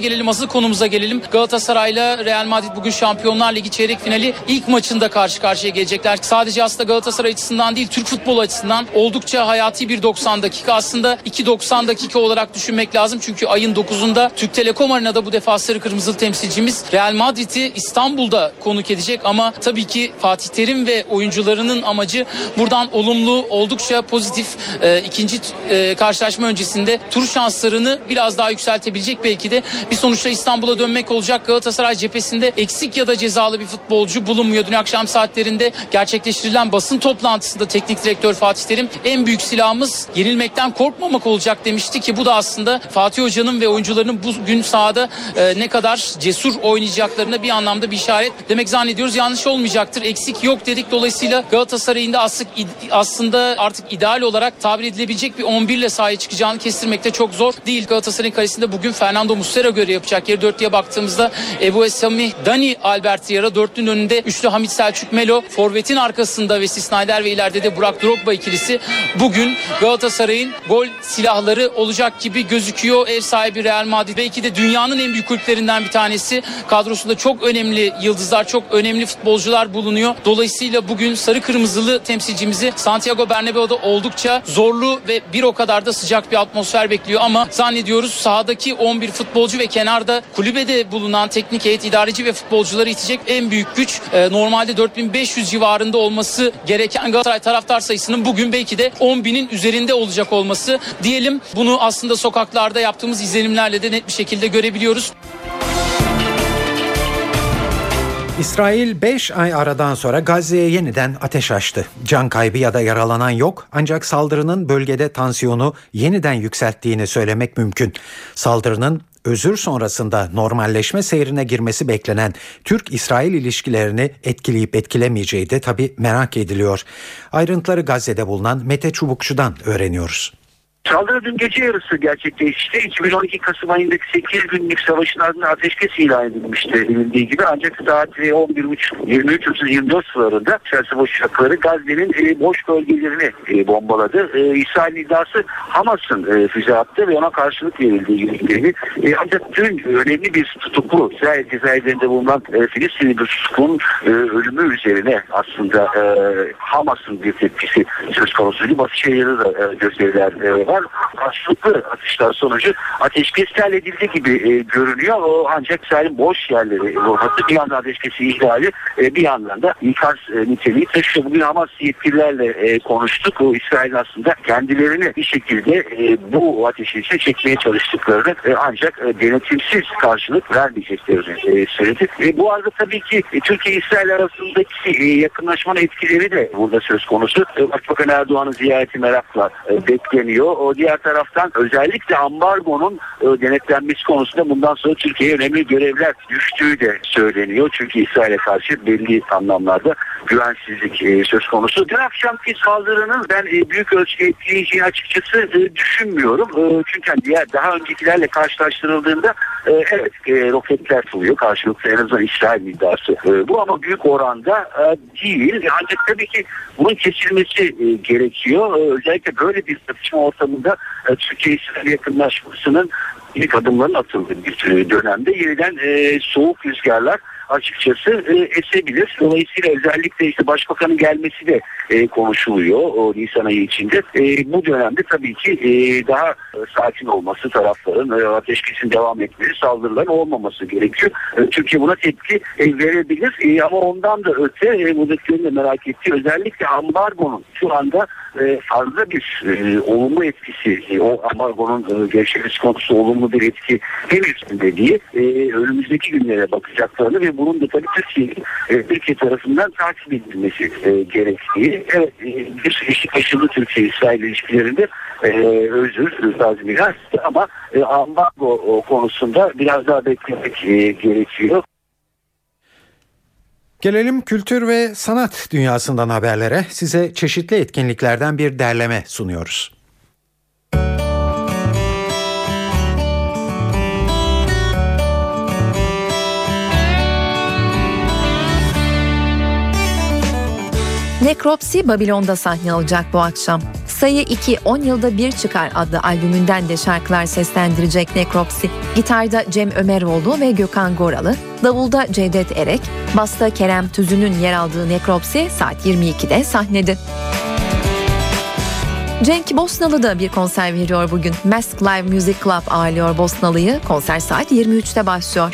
gelelim, asıl konumuza gelelim. Galatasaray'la Real Madrid bugün Şampiyonlar Ligi çeyrek finali ilk maçında karşı karşıya gelecekler. Sadece aslında Galatasaray açısından değil, Türk futbolu açısından oldukça hayati bir doksan dakika. Aslında iki doksan dakika olarak düşünmek lazım. Çünkü ayın dokuzunda Türk Telekom Arena'da bu defa sarı kırmızılı temsilcimiz Real Madrid'i İstanbul'da konuk edecek. Ama tabii ki Fatih Terim ve oyuncularının amacı buradan olumlu, oldukça pozitif e, ikinci e, karşılaşma öncesinde tur şanslarını biraz daha yükseltebilecek belki de bir sonuçta İstanbul'a dönmek olacak. Galatasaray cephesinde eksik ya da cezalı bir futbolcu bulunmuyor. Dün akşam saatlerinde gerçekleştirilen basın toplantısında teknik direktör Fatih Terim en büyük silahımız yenilmekten korkmamak olacak demişti ki bu da aslında Fatih Hoca'nın ve oyuncularının bugün sahada e, ne kadar cesur oynayacaklarına bir anlamda bir işaret demek zannediyoruz. Yanlış olmayacaktır. Eksik yok dedik. Dolayısıyla Galatasaray'ın da aslında artık ideal olarak tabir edilebilecek bir on bir ile sahaya çıkacağını kestirmekte çok zor değil. Galatasaray'ın kalesinde bugün Fernando Muslera görev yapacak. Geri dörtlüye baktığımızda Ebu Esami, Dani Albertiyara, dörtlünün önünde üçlü Hamit Selçuk Melo, forvetin arkasında Wesley Sneijder ve ileride de Burak Drogba ikilisi bugün Galatasaray'ın gol silahları olacak gibi gözüküyor. Ev sahibi Real Madrid belki de dünyanın en büyük kulüplerinden bir tanesi. Kadrosunda çok önemli yıldızlar, çok önemli futbolcular bulunuyor. Dolayısıyla bugün sarı kırmızılı temsilcimizi Santiago Bernabeu'da oldukça zorlu ve bir o kadar da sıcak bir atmosfer bekliyor ama zannediyoruz sahadaki on bir futbolcu ve kenarda kulübede bulunan teknik heyet, idareci ve futbolcuları itecek en büyük güç e, normalde dört bin beş yüz civarında olması gereken Galatasaray taraftar sayısının bugün belki de on binin üzerinde olacak olması diyelim. Bunu aslında sokaklarda yaptığımız izlenimlerle de net bir şekilde görebiliyoruz. İsrail beş ay aradan sonra Gazze'ye yeniden ateş açtı. Can kaybı ya da yaralanan yok ancak saldırının bölgede tansiyonu yeniden yükselttiğini söylemek mümkün. Saldırının özür sonrasında normalleşme seyrine girmesi beklenen Türk-İsrail ilişkilerini etkileyip etkilemeyeceği de tabii merak ediliyor. Ayrıntıları Gazze'de bulunan Mete Çubukçu'dan öğreniyoruz. Saldırı dün gece yarısı gerçekleşti. iki bin on iki Kasım ayındaki sekiz günlük savaşın ardından ateşkes ilan edilmişti bilindiği gibi. Ancak saat on bir yirmi üç otuz yirmi dört sıralarında İsrail uçakları Gazze'nin boş bölgelerini bombaladı. İsrail iddiası Hamas'ın füze attı ve ona karşılık verildiği gibi. Ancak dün önemli bir tutuklu İsrail cezaevlerinde bulunan Filistinli bir tutuklunun ölümü üzerine aslında Hamas'ın bir tepkisi söz konusuydu. Batı şehirde de gösteriler var. Karşılıklı atışlar sonucu ateşkes edildi gibi e, görünüyor. O, ancak İsrail'in boş yerleri vurması bir yandan ateşkesi ihlali e, bir yandan da ikaz e, niteliği taşıyor. Bugün Hamas yetkililerle e, konuştuk. O İsrail aslında kendilerini bir şekilde e, bu ateşkese çekmeye çalıştıklarını e, ancak e, denetimsiz karşılık vermeyeceklerini e, söyledi. E, bu arada tabii ki e, Türkiye-İsrail arasındaki e, yakınlaşmanın etkileri de burada söz konusu. E, Başbakan Erdoğan'ın ziyareti merakla e, bekleniyor. O diğer taraftan özellikle ambargonun e, denetlenmesi konusunda bundan sonra Türkiye'ye önemli görevler düştüğü de söyleniyor. Çünkü İsrail'e karşı belli anlamlarda güvensizlik e, söz konusu. Dün akşamki saldırının ben e, büyük ölçüde etkileyeceğini açıkçası e, düşünmüyorum. E, çünkü hani diğer daha öncekilerle karşılaştırıldığında e, evet e, roketler fırlıyor karşılıklı en azından İsrail iddiası. E, bu ama büyük oranda e, değil. Ancak tabii ki bunun kesilmesi e, gerekiyor. E, özellikle böyle bir tartışma ortamında e, Türkiye-İsrail yakınlaşmasının ilk adımların atıldığı bir dönemde yeniden e, soğuk rüzgarlar açıkçası e, esebilir. Dolayısıyla özellikle işte başbakanın gelmesi de e, konuşuluyor o Nisan ayı içinde. E, bu dönemde tabii ki e, daha e, sakin olması, tarafların e, ateşkesin devam etmesi, saldırıların olmaması gerekiyor. E, Türkiye buna tepki e, verebilir. E, ama ondan da öte e, buradakilerin de merak ettiği özellikle ambargonun şu anda e, fazla bir e, olumlu etkisi, e, o ambargonun e, gevşemesi konusunda olumlu bir etki henüz dediği e, önümüzdeki günlere bakacaklarını ve bunun da tabii Türkiye'nin e, Türkiye tarafından takip edilmesi e, gerektiği. Evet, e, bir eşit aşılı Türkiye-İsrail ilişkilerinde e, özür, tazminat ama e, ambargo konusunda biraz daha beklemek e, gerekiyor. Gelelim kültür ve sanat dünyasından haberlere. Size çeşitli etkinliklerden bir derleme sunuyoruz. Nekropsi Babilon'da sahne alacak bu akşam. Sayı iki on yılda bir çıkar adlı albümünden de şarkılar seslendirecek Necropsy. Gitarda Cem Ömeroğlu ve Gökhan Goralı, davulda Cevdet Erek, basta Kerem Tüzün'ün yer aldığı Necropsy saat yirmi ikide sahnede. Cenk Bosnalı da bir konser veriyor bugün. Mask Live Music Club ağırlıyor Bosnalı'yı. Konser saat yirmi üçte başlıyor.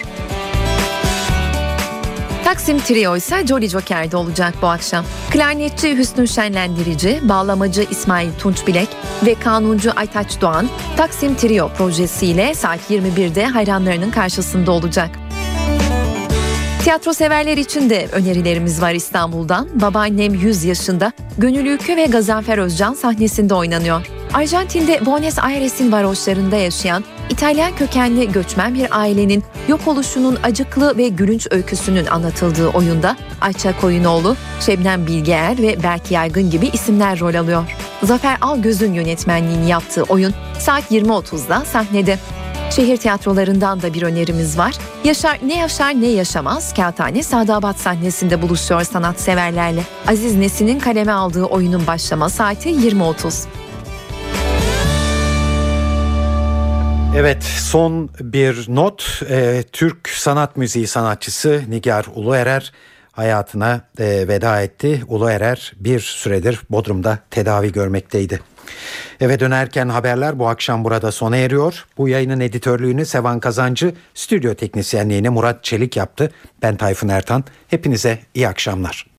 Taksim Trio ise Jolly Joker'de olacak bu akşam. Klarnetçi Hüsnü Şenlendirici, bağlamacı İsmail Tunçbilek ve kanuncu Aytaç Doğan Taksim Trio projesiyle saat yirmi birde hayranlarının karşısında olacak. Tiyatro severler için de önerilerimiz var İstanbul'dan. Babaannem yüz yaşında Gönül Ülkü ve Gazanfer Özcan sahnesinde oynanıyor. Arjantin'de Buenos Aires'in varoşlarında yaşayan İtalyan kökenli göçmen bir ailenin yok oluşunun acıklı ve gülünç öyküsünün anlatıldığı oyunda Ayça Koyunoğlu, Şebnem Bilgeer ve Berk Yaygın gibi isimler rol alıyor. Zafer Algöz'ün yönetmenliğini yaptığı oyun saat yirmi otuzda sahnede. Şehir tiyatrolarından da bir önerimiz var. Yaşar Ne Yaşar Ne Yaşamaz Kağıthane Sadabat sahnesinde buluşuyor sanatseverlerle. Aziz Nesin'in kaleme aldığı oyunun başlama saati yirmi otuz. Evet, son bir not. Ee, Türk sanat müziği sanatçısı Nigar Uluerer hayatına e, veda etti. Uluerer bir süredir Bodrum'da tedavi görmekteydi. Eve dönerken haberler bu akşam burada sona eriyor. Bu yayının editörlüğünü Sevan Kazancı, stüdyo teknisyenliğini Murat Çelik yaptı. Ben Tayfun Ertan. Hepinize iyi akşamlar.